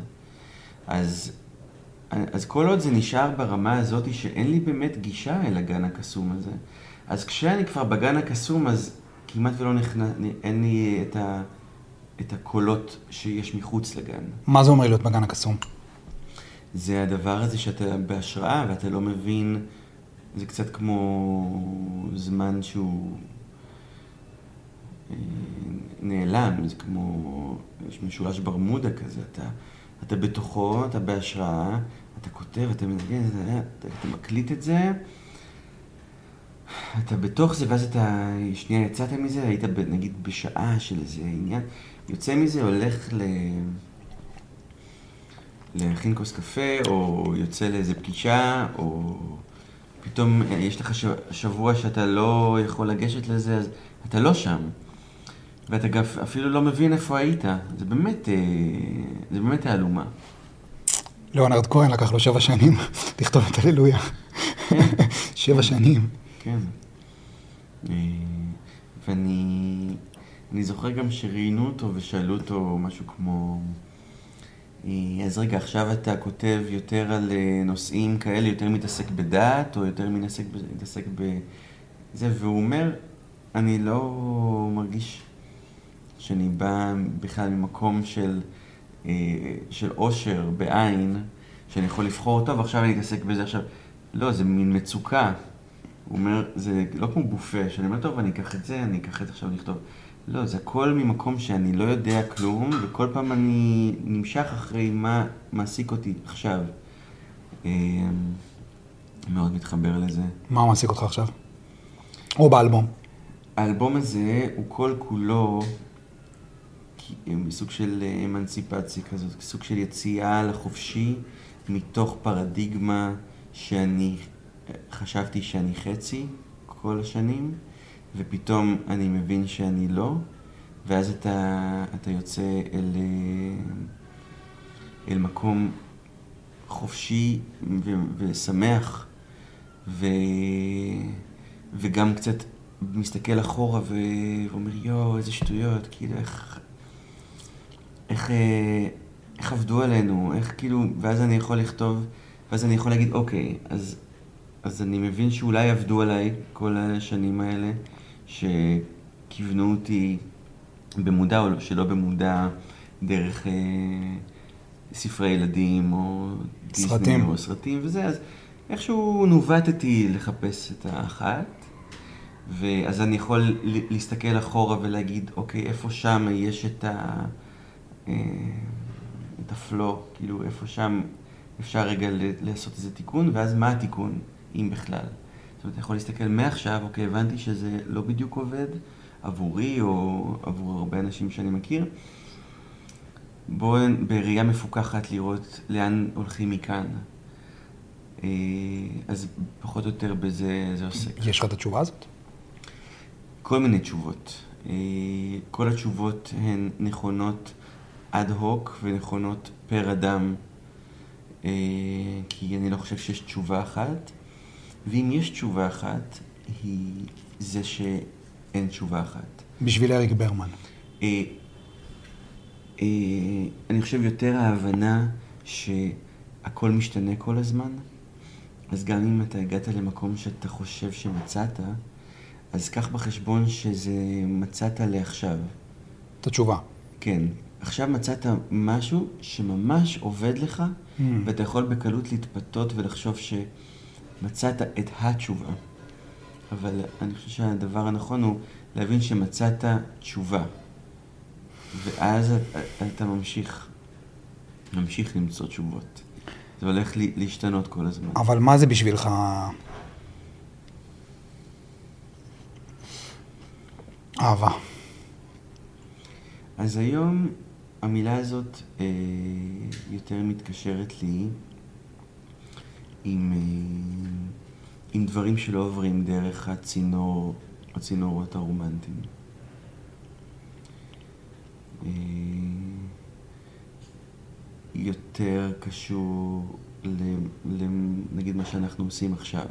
אז כל עוד זה נשאר ברמה הזאת שאין לי באמת גישה אל הגן הקסום הזה. אז כשאני כבר בגן הקסום, אז כמעט ולא אין לי את הקולות שיש מחוץ לגן. מה זה אומר להיות בגן הקסום? זה הדבר הזה שאתה בהשראה ואתה לא מבין, זה קצת כמו זמן שהוא נעלם, זה כמו, יש משולש ברמודה כזה, אתה בתוכו, אתה בהשראה, אתה כותב, אתה מנגן, אתה מקליט את זה, אתה בתוך זה, ואז אתה, שנייה יצאת מזה, היית נגיד בשעה של איזה עניין, יוצא מזה, הולך להכין כוס קפה, או יוצא לאיזה פגישה, או פתאום יש לך שבוע שאתה לא יכול לגשת לזה, אז אתה לא שם. ואתה גם אפילו לא מבין איפה היית. זה באמת העלומה. ליאונרד כהן לקח לו 7 שנים לכתוב את הללויה. 7 שנים. כן. ואני זוכר גם שראיינו אותו ושאלו אותו משהו כמו, אז רגע, עכשיו אתה כותב יותר על נושאים כאלה, יותר מתעסק בדת, או יותר מתעסק בזה, והוא אומר, אני לא מרגיש שאני בא בכלל ממקום של אושר בעין, שאני יכול לבחור אותו, ועכשיו אני אתעסק בזה עכשיו. לא, זה מין מצוקה. הוא אומר, זה לא כמו בופה, שאני אומר, טוב, אני אקח את זה, אני אקח את זה עכשיו לכתוב. לא, זה הכל ממקום שאני לא יודע כלום, וכל פעם אני נמשך אחרי מה מעסיק אותי עכשיו. מאוד מתחבר לזה. מה מעסיק אותך עכשיו? או באלבום? האלבום הזה הוא כל כולו סוג של אמנציפציה כזאת, סוג של יציאה לחופשי מתוך פרדיגמה שאני חשבתי שאני חצי כל השנים, ופתאום אני מבין שאני לא, ואז אתה יוצא אל מקום חופשי ושמח, וגם קצת מסתכל אחורה ואומר, יו, איזה שטויות, כאילו, איך עבדו עלינו, איך כאילו, ואז אני יכול לכתוב, ואז אני יכול להגיד, אוקיי, אז אני מבין שאולי עבדו עליי כל השנים האלה, שכיוונו אותי במודע או שלא במודע, דרך ספרי ילדים או דיסני או סרטים וזה, אז איכשהו נובטתי לחפש את האחת, ואז אני יכול להסתכל אחורה ולהגיד, אוקיי, איפה שם יש את הפלו, כאילו איפה שם אפשר רגע לעשות איזה תיקון, ואז מה התיקון, אם בכלל. זאת אומרת, אתה יכול להסתכל מעכשיו, אוקיי, הבנתי שזה לא בדיוק עובד עבורי או עבור הרבה אנשים שאני מכיר. בואו בראייה מפוקחת לראות לאן הולכים מכאן. אז פחות או יותר בזה זה עוסק. יש לך את התשובה הזאת? כל מיני תשובות. כל התשובות הן נכונות אד הוק ונכונות פר אדם, כי אני לא חושב שיש תשובה אחת, ואם יש תשובה אחת, היא זה שאין תשובה אחת. בשביל אריק ברמן. אני חושב יותר ההבנה שהכל משתנה כל הזמן, אז גם אם אתה הגעת למקום שאתה חושב שמצאת, אז קח בחשבון שזה מצאת לעכשיו. את התשובה. כן. עכשיו מצאת משהו שממש עובד לך, ואתה יכול בקלות להתפתות ולחשוב שמצאת את התשובה. אבל אני חושב שהדבר הנכון הוא להבין שמצאת תשובה. ואז אתה ממשיך למצוא תשובות. זה הולך להשתנות כל הזמן. אבל מה זה בשבילך? אהבה. אז היום המילה הזאת יותר מתקשרת לי עם דברים שלא עוברים דרך הצינורות הרומנטיים. יותר קשור נגיד מה שאנחנו עושים עכשיו.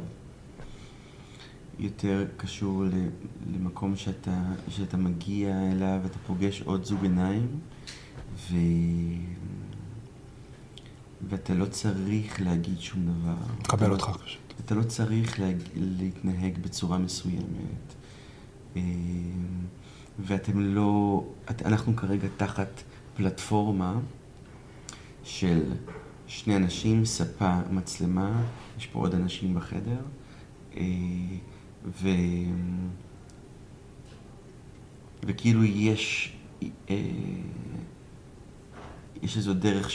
יותר קשור למקום שאתה מגיע אליו ואתה פוגש עוד זוג עיניים ואתה לא צריך להגיד שום דבר. תקבל אותך פשוט. אתה לא צריך להתנהג בצורה מסוימת. אנחנו כרגע תחת פלטפורמה של שני אנשים, ספה, מצלמה, יש פה עוד אנשים בחדר, וכאילו יש איזו דרך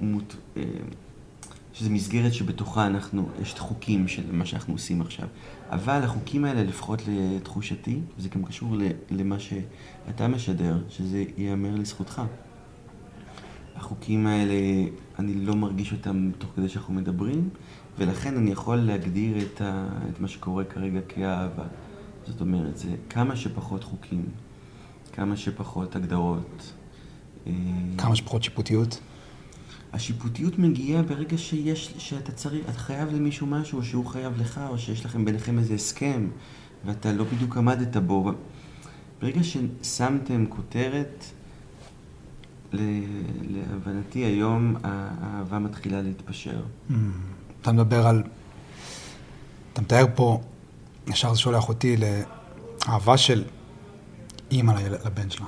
שזו מסגרת שבתוכה יש את חוקים של מה שאנחנו עושים עכשיו. אבל החוקים האלה, לפחות לתחושתי, זה גם קשור למה שאתה משדר, שזה ייאמר לזכותך. החוקים האלה, אני לא מרגיש אותם תוך כדי שאנחנו מדברים, ולכן אני יכול להגדיר את מה שקורה כרגע כאהבה. זאת אומרת, זה כמה שפחות חוקים, כמה שפחות הגדרות. כמה שפחות שיפוטיות? השיפוטיות מגיעה ברגע שאתה חייב למישהו משהו, או שהוא חייב לך, או שיש לכם ביניכם איזה הסכם, ואתה לא בדיוק עמדת בו. ברגע ששמתם כותרת להבנתי היום האהבה מתחילה להתפשר. אתה מדבר על... אתה מתאר פה, ישר זה שולח אותי לאהבה של אימא לבן שלה.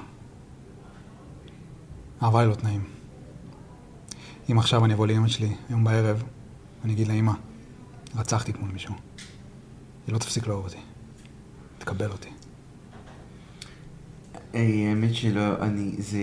אהבה ללא תנאים. אם עכשיו אני אבוא לאמא שלי, היום בערב, ואני אגיד לאמא, רצחתי כמו מישהו. היא לא תפסיק לאהוב אותי. תקבל אותי. האמת שלא, זה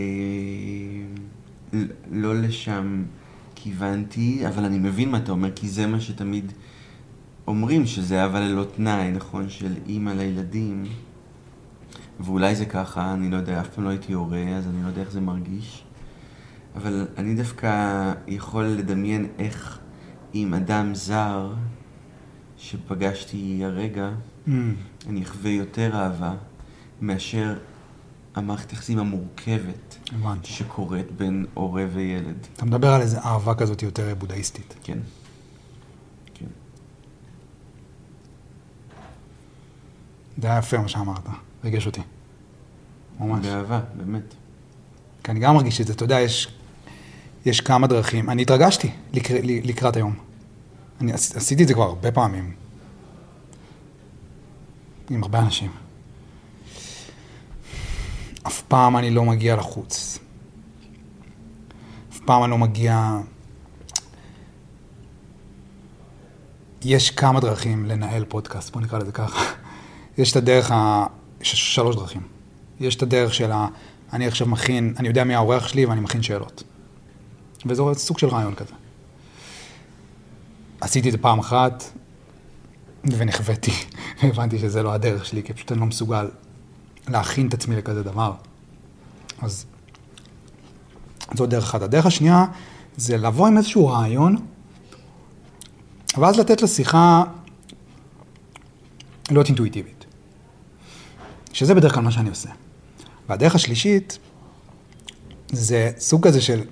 לא לשם כיוונתי, אבל אני מבין מה אתה אומר, כי זה מה שתמיד אומרים, שזה אהבה ללא תנאי, נכון, של אימא לילדים, ואולי זה ככה, אני לא יודע, אף פעם לא הייתי הורה, אז אני לא יודע איך זה מרגיש, אבל אני דווקא יכול לדמיין איך עם אדם זר שפגשתי הרגע, אני אחווה יותר אהבה מאשר המערכת יחסים המורכבת שקורית בין הורה וילד. אתה מדבר על איזו אהבה כזאת יותר בודהיסטית. כן. כן. זה היה יפה מה שאמרת, ריגש אותי. ממש. באהבה, באמת. כי אני גם מרגיש את זה, אתה יודע, יש כמה דרכים. אני התרגשתי לקראת היום. אני עשיתי את זה כבר הרבה פעמים. עם הרבה אנשים. אף פעם אני לא מגיע לחוץ. אף פעם אני לא מגיע... יש כמה דרכים לנהל פודקאסט, בוא נקרא לזה ככה. יש את הדרך, יש 3 דרכים. יש את הדרך של אני עכשיו מכין, אני יודע מי האורח שלי ואני מכין שאלות. וזה סוג של רעיון כזה. עשיתי את זה פעם אחת, ונחוויתי, והבנתי שזה לא הדרך שלי, כי פשוט אני לא מסוגל להכין את עצמי לכזה דבר. אז זו דרך אחת. הדרך השנייה זה לבוא עם איזשהו רעיון, ואז לתת לשיחה להיות אינטואיטיבית. שזה בדרך כלל מה שאני עושה. והדרך השלישית זה סוג כזה של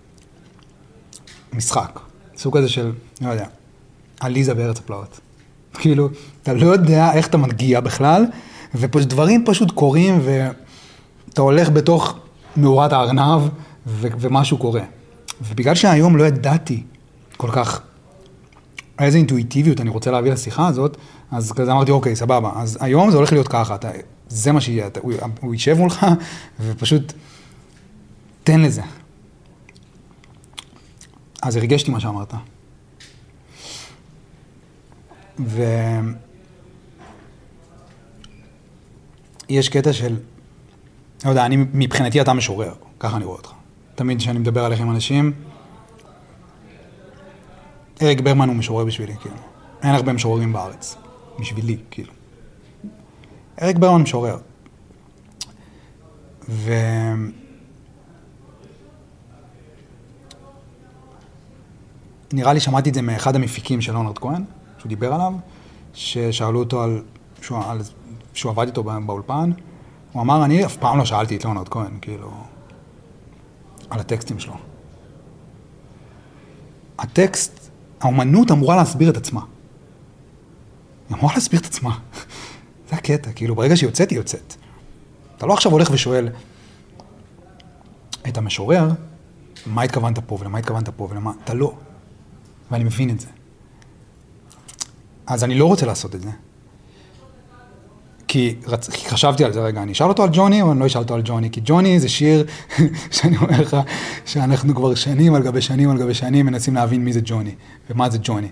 משחק. סוג כזה של, לא יודע, עליזה בארץ הפלאות. כאילו, אתה לא יודע איך אתה מגיע בכלל, ודברים פשוט קורים, ואתה הולך בתוך מאורת הארנב, ומשהו קורה. ובגלל שהיום לא ידעתי כל כך איזה אינטואיטיביות אני רוצה להביא לשיחה הזאת, אז כזה אמרתי, אוקיי, סבבה. אז היום זה הולך להיות ככה, זה מה שיהיה, הוא יישב מולך, ופשוט תן לזה. אז הרגשתי מה שאמרת. יש קטע של, לא יודע, מבחינתי אתה משורר, ככה אני רואה אותך. תמיד כשאני מדבר עליך עם אנשים, אריק ברמן הוא משורר בשבילי, כאילו. אין הרבה משוררים בארץ, בשבילי, כאילו. אריק ברמן משורר. נראה לי שמעתי את זה מאחד המפיקים של ליאונרד כהן, שהוא דיבר עליו, ששאלו אותו שהוא עבד איתו באולפן, הוא אמר, אני אף פעם לא שאלתי את ליאונרד כהן, כאילו, על הטקסטים שלו. הטקסט, האומנות אמורה להסביר את עצמה. היא אמורה להסביר את עצמה. זה הקטע, כאילו, ברגע שהיא יוצאת, היא יוצאת. אתה לא עכשיו הולך ושואל את המשורר, מה התכוונת פה ולמה התכוונת פה ולמה, אתה לא. ואני מבין את זה. אז אני לא רוצה לעשות את זה. כי חשבתי על זה רגע, אני אשאל אותו על ג'וני או אני לא אשאל אותו על ג'וני, כי ג'וני זה שיר שאני אומר לך שאנחנו כבר שנים על גבי שנים על גבי שנים מנסים להבין מי זה ג'וני ומה זה ג'וני.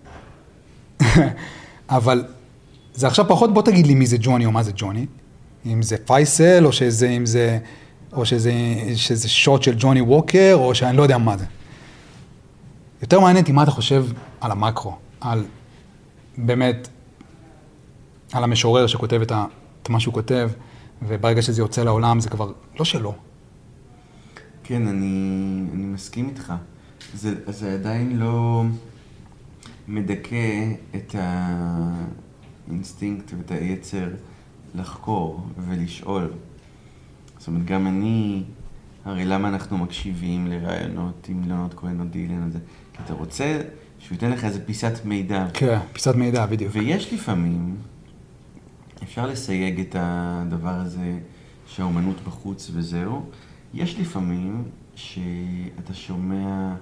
אבל זה עכשיו פחות, בוא תגיד לי מי זה ג'וני או מה זה ג'וני, אם זה פייסל או שזה שוט של ג'וני ווקר או שאני לא יודע מה זה. יותר מעניין אותי מה אתה חושב על המקרו, על באמת, על המשורר שכותב את מה שהוא כותב, וברגע שזה יוצא לעולם זה כבר לא שלו. כן, אני מסכים איתך. זה עדיין לא מדכא את האינסטינקט ואת היצר לחקור ולשאול. זאת אומרת, גם אני, הרי למה אנחנו מקשיבים לרעיונות עם ליאונרד כהן או דילן הזה? כי אתה רוצה שהוא ייתן לך איזה פיסת מידע. כן, פיסת מידע, בדיוק. ויש לפעמים, אפשר לסייג את הדבר הזה שהאומנות בחוץ וזהו, יש לפעמים שאתה שומע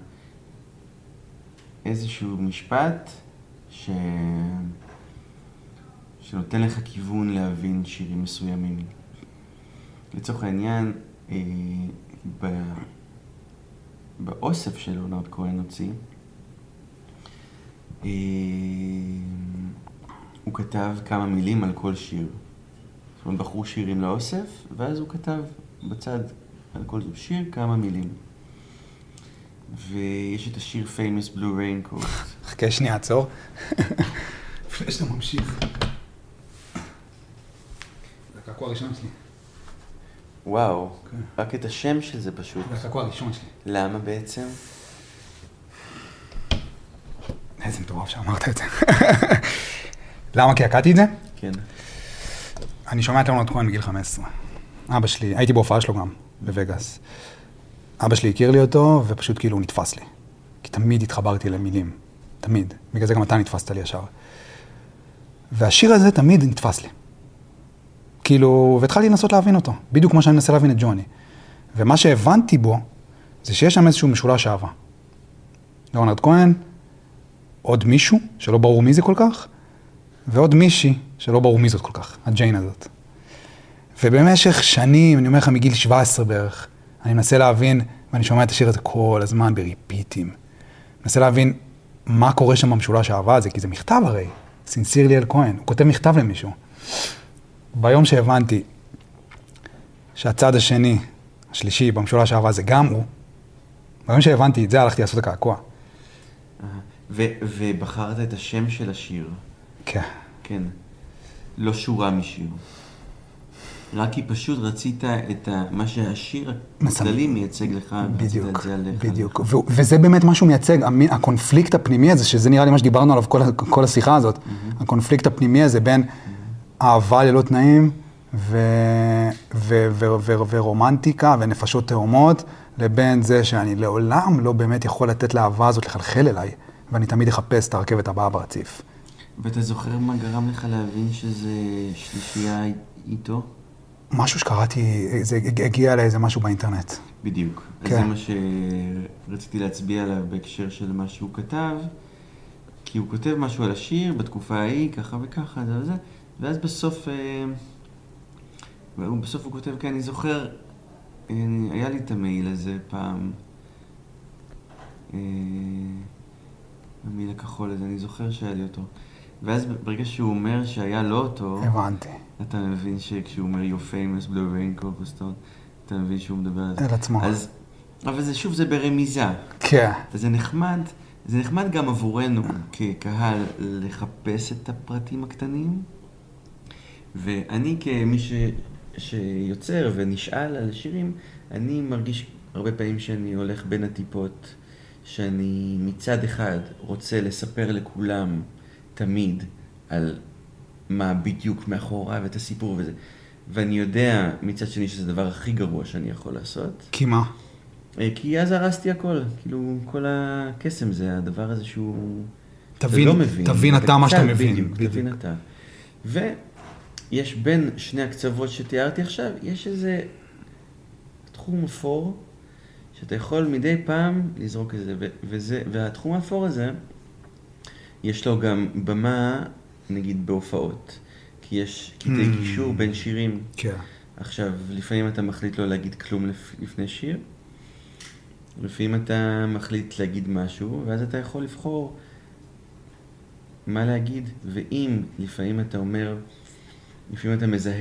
איזשהו משפט שנותן לך כיוון להבין שירים מסוימים. לצורך העניין, באוסף של ליאונרד כהן הוציא, הוא כתב כמה מילים על כל שיר. זאת אומרת, בחרו שירים לאוסף, ואז הוא כתב בצד על כל שיר כמה מילים. ויש את השיר Famous Blue Raincoat. חכה שנייה, עצור. לפני שאתה ממשיך. זה הקעקוע הראשון שלי. וואו, רק את השם של זה פשוט. זה הקעקוע הראשון שלי. למה בעצם? איזה מטורף שאמרת את זה. למה? כי הקעתי את זה? כן. אני שומע את ליאונרד כהן בגיל 15. אבא שלי, הייתי בהופעה שלו גם, בווגאס. אבא שלי הכיר לי אותו, ופשוט כאילו הוא נתפס לי. כי תמיד התחברתי למילים. תמיד. בגלל זה גם אתה נתפסת לי ישר. והשיר הזה תמיד נתפס לי. כאילו, והתחלתי לנסות להבין אותו. בדיוק כמו שאני מנסה להבין את ג'וני. ומה שהבנתי בו, זה שיש שם איזשהו משולש אהבה. ליאונרד כהן, עוד מישהו, שלא ברור מי זה כל כך, ועוד מישהי, שלא ברור מי זאת כל כך, הג'יין הזאת. ובמשך שנים, אני אומר לך מגיל 17 בערך, אני מנסה להבין, ואני שומע את השיר הזה כל הזמן בריפיטים. מנסה להבין מה קורה שם במשולש האהבה הזה, כי זה מכתב הרי, סינסירלי אל כהן, הוא כותב מכתב למישהו. ביום שהבנתי שהצד השני, השלישי, במשולש האהבה זה גם הוא, ביום שהבנתי את זה, הלכתי לעשות הקעקוע. ובחרת את השם של השיר. כן. כן. לא שורה משיר. רק כי פשוט רצית את מה שהשיר הכללי מייצג לך. בדיוק, בדיוק. וזה באמת משהו מייצג, הקונפליקט הפנימי הזה, שזה נראה לי מה שדיברנו עליו כל השיחה הזאת, הקונפליקט הפנימי הזה בין אהבה ללא תנאים ורומנטיקה ונפשות תאומות, לבין זה שאני לעולם לא באמת יכול לתת לאהבה הזאת לחלחל אליי, ואני תמיד אחפש את הרכבת הבאה ברציף. ואתה זוכר מה גרם לך להבין שזה שלישייה איתו? משהו שקראתי, זה הגיע אליי איזה משהו באינטרנט. בדיוק. אז זה מה שרציתי להצביע עליו בהקשר של מה שהוא כתב, כי הוא כותב משהו על השיר בתקופה ההיא, ככה וככה, זה, ואז בסוף הוא כותב, כי אני זוכר, היה לי את המייל הזה פעם, המייל הכחול הזה, אני זוכר שהיה לי אותו. ואז ברגע שהוא אומר שהיה לו אותו, הבנתי. אתה מבין שכשהוא אומר Your famous blue raincoat, אתה מבין שהוא מדבר על זה. על עצמו. אבל זה שוב, זה ברמיזה. כן. וזה נחמד, זה נחמד גם עבורנו כקהל לחפש את הפרטים הקטנים. ואני כמי שיוצר ונשאל על שירים, אני מרגיש הרבה פעמים שאני הולך בין הטיפות, שאני מצד אחד רוצה לספר לכולם תמיד על מה בדיוק מאחוריו ואת הסיפור וזה. ואני יודע מצד שני שזה הדבר הכי גרוע שאני יכול לעשות. כי מה? כי אז הרסתי הכל. כאילו כל הקסם זה הדבר הזה שהוא... לא מבין. תבין אתה מה שאתה מבין. בדיוק, תבין אתה. ויש בין שני הקצוות שתיארתי עכשיו, יש איזה תחום אפור, שאתה יכול מדי פעם לזרוק את זה. והתחום האפור הזה, יש לו גם במה, נגיד, בהופעות. כי יש קטעי קישור בין שירים. כן. עכשיו, לפעמים אתה מחליט לא להגיד כלום לפני שיר, לפעמים אתה מחליט להגיד משהו, ואז אתה יכול לבחור מה להגיד. ואם לפעמים אתה אומר, לפעמים אתה מזהה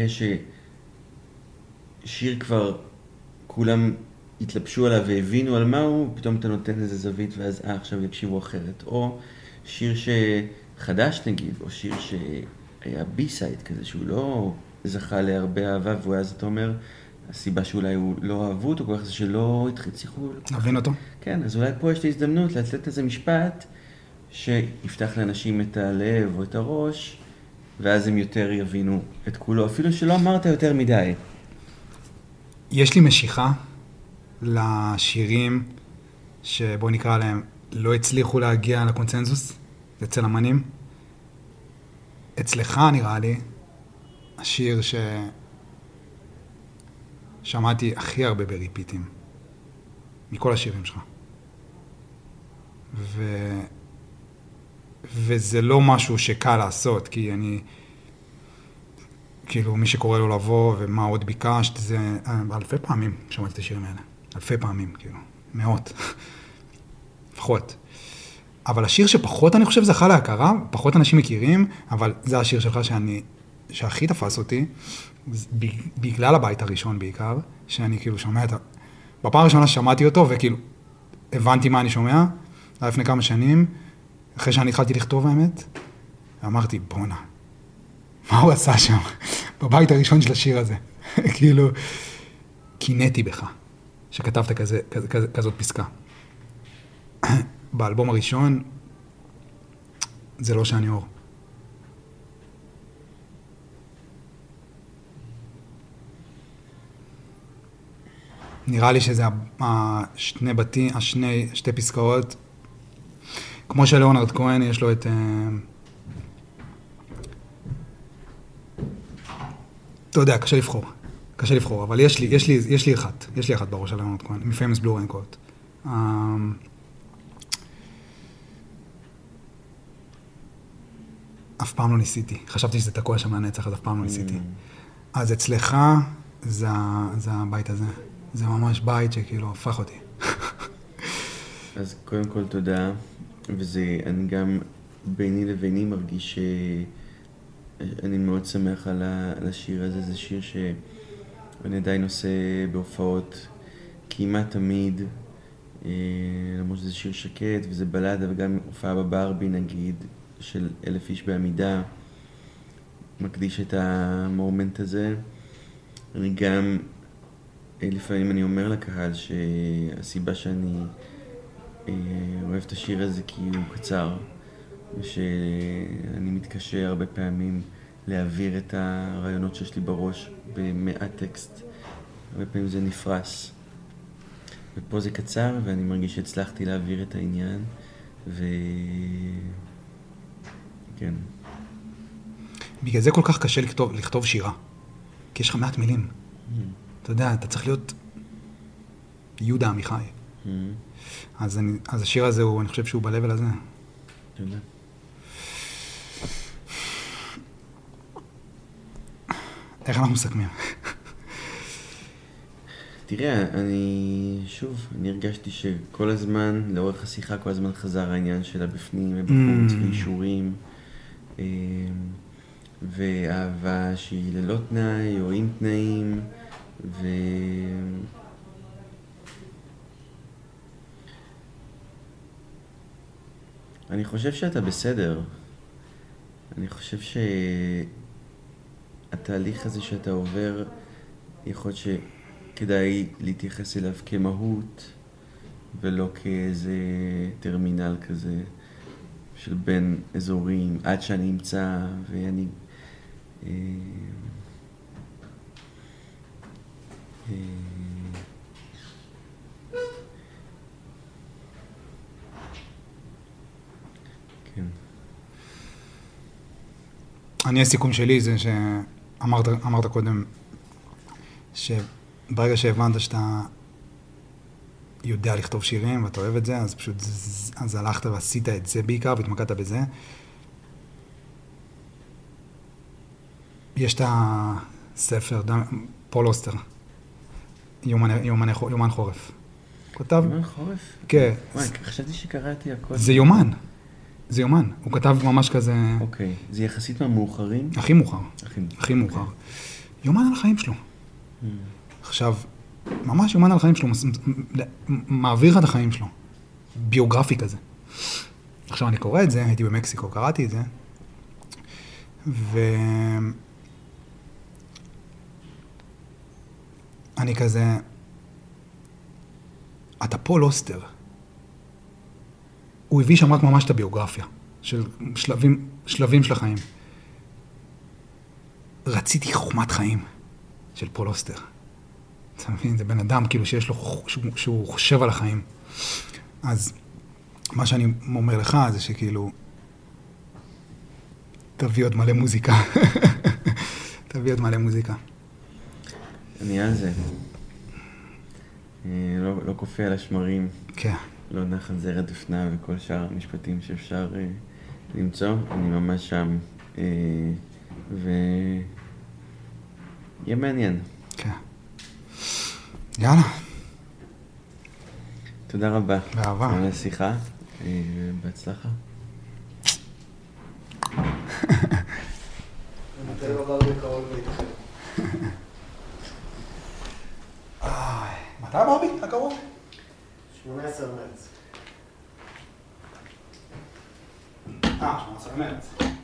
ששיר כבר כולם התלבשו עליו והבינו על מהו, פתאום אתה נותן איזה זווית, ואז עכשיו יקשיבו אחרת. או שיר שחדש נגיד, או שיר שהיה בי-סייד כזה, שהוא לא זכה להרבה אהבה, ואז אתה אומר, הסיבה שאולי הוא לא אהבו אותו, כל כך זה שלא הצליחו... נבין אותו? כן, אז אולי פה יש לי הזדמנות לתת איזה משפט שיפתח לאנשים את הלב או את הראש, ואז הם יותר יבינו את כולו, אפילו שלא אמרת יותר מדי. יש לי משיכה לשירים שבוא נקרא להם לא הצליחו להגיע לקונצנזוס, אצל אמנים. אצלך נראה לי, השיר שמעתי הכי הרבה בריפיטים, מכל השירים שלך. וזה לא משהו שקל לעשות, כי אני, כאילו, מי שקורא לו לבוא ומה עוד ביקשת, זה אלפי פעמים שמעתי את השירים האלה. אלפי פעמים, כאילו, מאות. לפחות. אבל השיר שפחות, אני חושב, זכה להכרה, פחות אנשים מכירים, אבל זה השיר שלך שהכי תפס אותי, בגלל הבית הראשון בעיקר, שאני כאילו שומע את בפעם הראשונה ששמעתי אותו, וכאילו, הבנתי מה אני שומע, לפני כמה שנים, אחרי שאני התחלתי לכתוב האמת, אמרתי, בונה, מה הוא עשה שם? בבית הראשון של השיר הזה. כאילו, קינאתי בך, שכתבת כזאת פסקה. באלבום הראשון, זה לא שאני אור. נראה לי שזה שתי פסקאות, כמו שלאונרד כהן יש לו את, אתה יודע, קשה לבחור, אבל יש לי אחת בראש של לאונרד כהן, מפיימס בלו ריינקוט. אף פעם לא ניסיתי, חשבתי שזה תקוע שם לנצח, אז אף פעם לא ניסיתי. אז אצלך זה הבית הזה. זה ממש בית שכאילו הפך אותי. אז קודם כל תודה, אני גם ביני לביני מרגיש שאני מאוד שמח על השיר הזה. זה שיר שאני עדיין עושה בהופעות כמעט תמיד, למרות שזה שיר שקט וזה בלדה, וגם הופעה בברבי נגיד של 1,000 איש בעמידה, מקדיש את המומנט הזה. אני גם לפעמים אני אומר לקהל שהסיבה שאני אוהב את השיר הזה כי הוא קצר, ושאני מתקשה הרבה פעמים להעביר את הרעיונות שיש לי בראש במעט טקסט. הרבה פעמים זה נפרס. ופה זה קצר ואני מרגיש שהצלחתי להעביר את העניין, כן. בגלל זה כל כך קשה לכתוב שירה, כי יש לך מעט מילים. אתה יודע, אתה צריך להיות יהודה עמיחי. אז השיר הזה, אני חושב שהוא בלבל הזה. תודה. איך אנחנו מסכמים? תראה, אני הרגשתי שכל הזמן, לאורך השיחה, כל הזמן חזר העניין שלה בפנים ובחוץ, ואישורים, ואהבה שהיא ללא תנאי או עם תנאים, אני חושב שאתה בסדר. אני חושב שהתהליך הזה שאתה עובר, יכול להיות שכדאי להתייחס אליו כמהות, ולא כאיזה טרמינל כזה של בין אזורים, עד שאני אמצא ואני... כן. הסיכום שלי זה שאמרת קודם שברגע שהבנת שאתה יודע לכתוב שירים ואתה אוהב את זה, אז פשוט אז הלכת ועשית את זה בעיקר והתמקדת בזה. יש את הספר, פול אוסטר, יומן חורף. כותב... יומן חורף? כן. וואי, חשבתי שקראתי הכל. זה יומן. זה יומן. הוא כתב ממש כזה... אוקיי. זה יחסית מהמאוחרים? הכי מאוחר. הכי מאוחר. יומן על החיים שלו. עכשיו, ממש יומן על החיים שלו, מעביר לך את החיים שלו. ביוגרפי כזה. עכשיו אני קורא את זה, הייתי במקסיקו, קראתי את זה, אני כזה, אתה פול אוסטר. הוא הביא שם רק ממש את הביוגרפיה, של שלבים של החיים. רציתי חוכמת חיים של פול אוסטר. אתה מבין? זה בן אדם כאילו שיש לו, שהוא חושב על החיים. אז מה שאני אומר לך זה שכאילו, תביא עוד מלא מוזיקה. תביא עוד מלא מוזיקה. אני על זה. לא כופה על השמרים. כן. לא נח על זרע דפנה וכל שאר המשפטים שאפשר למצוא. אני ממש שם. ויהיה מעניין. כן. יאללה. תודה רבה. באהבה. על השיחה. בהצלחה. מתי עבר בקרוב ביתכם? מתי ברבי? הקרוב? 18 מרץ. 18 מרץ.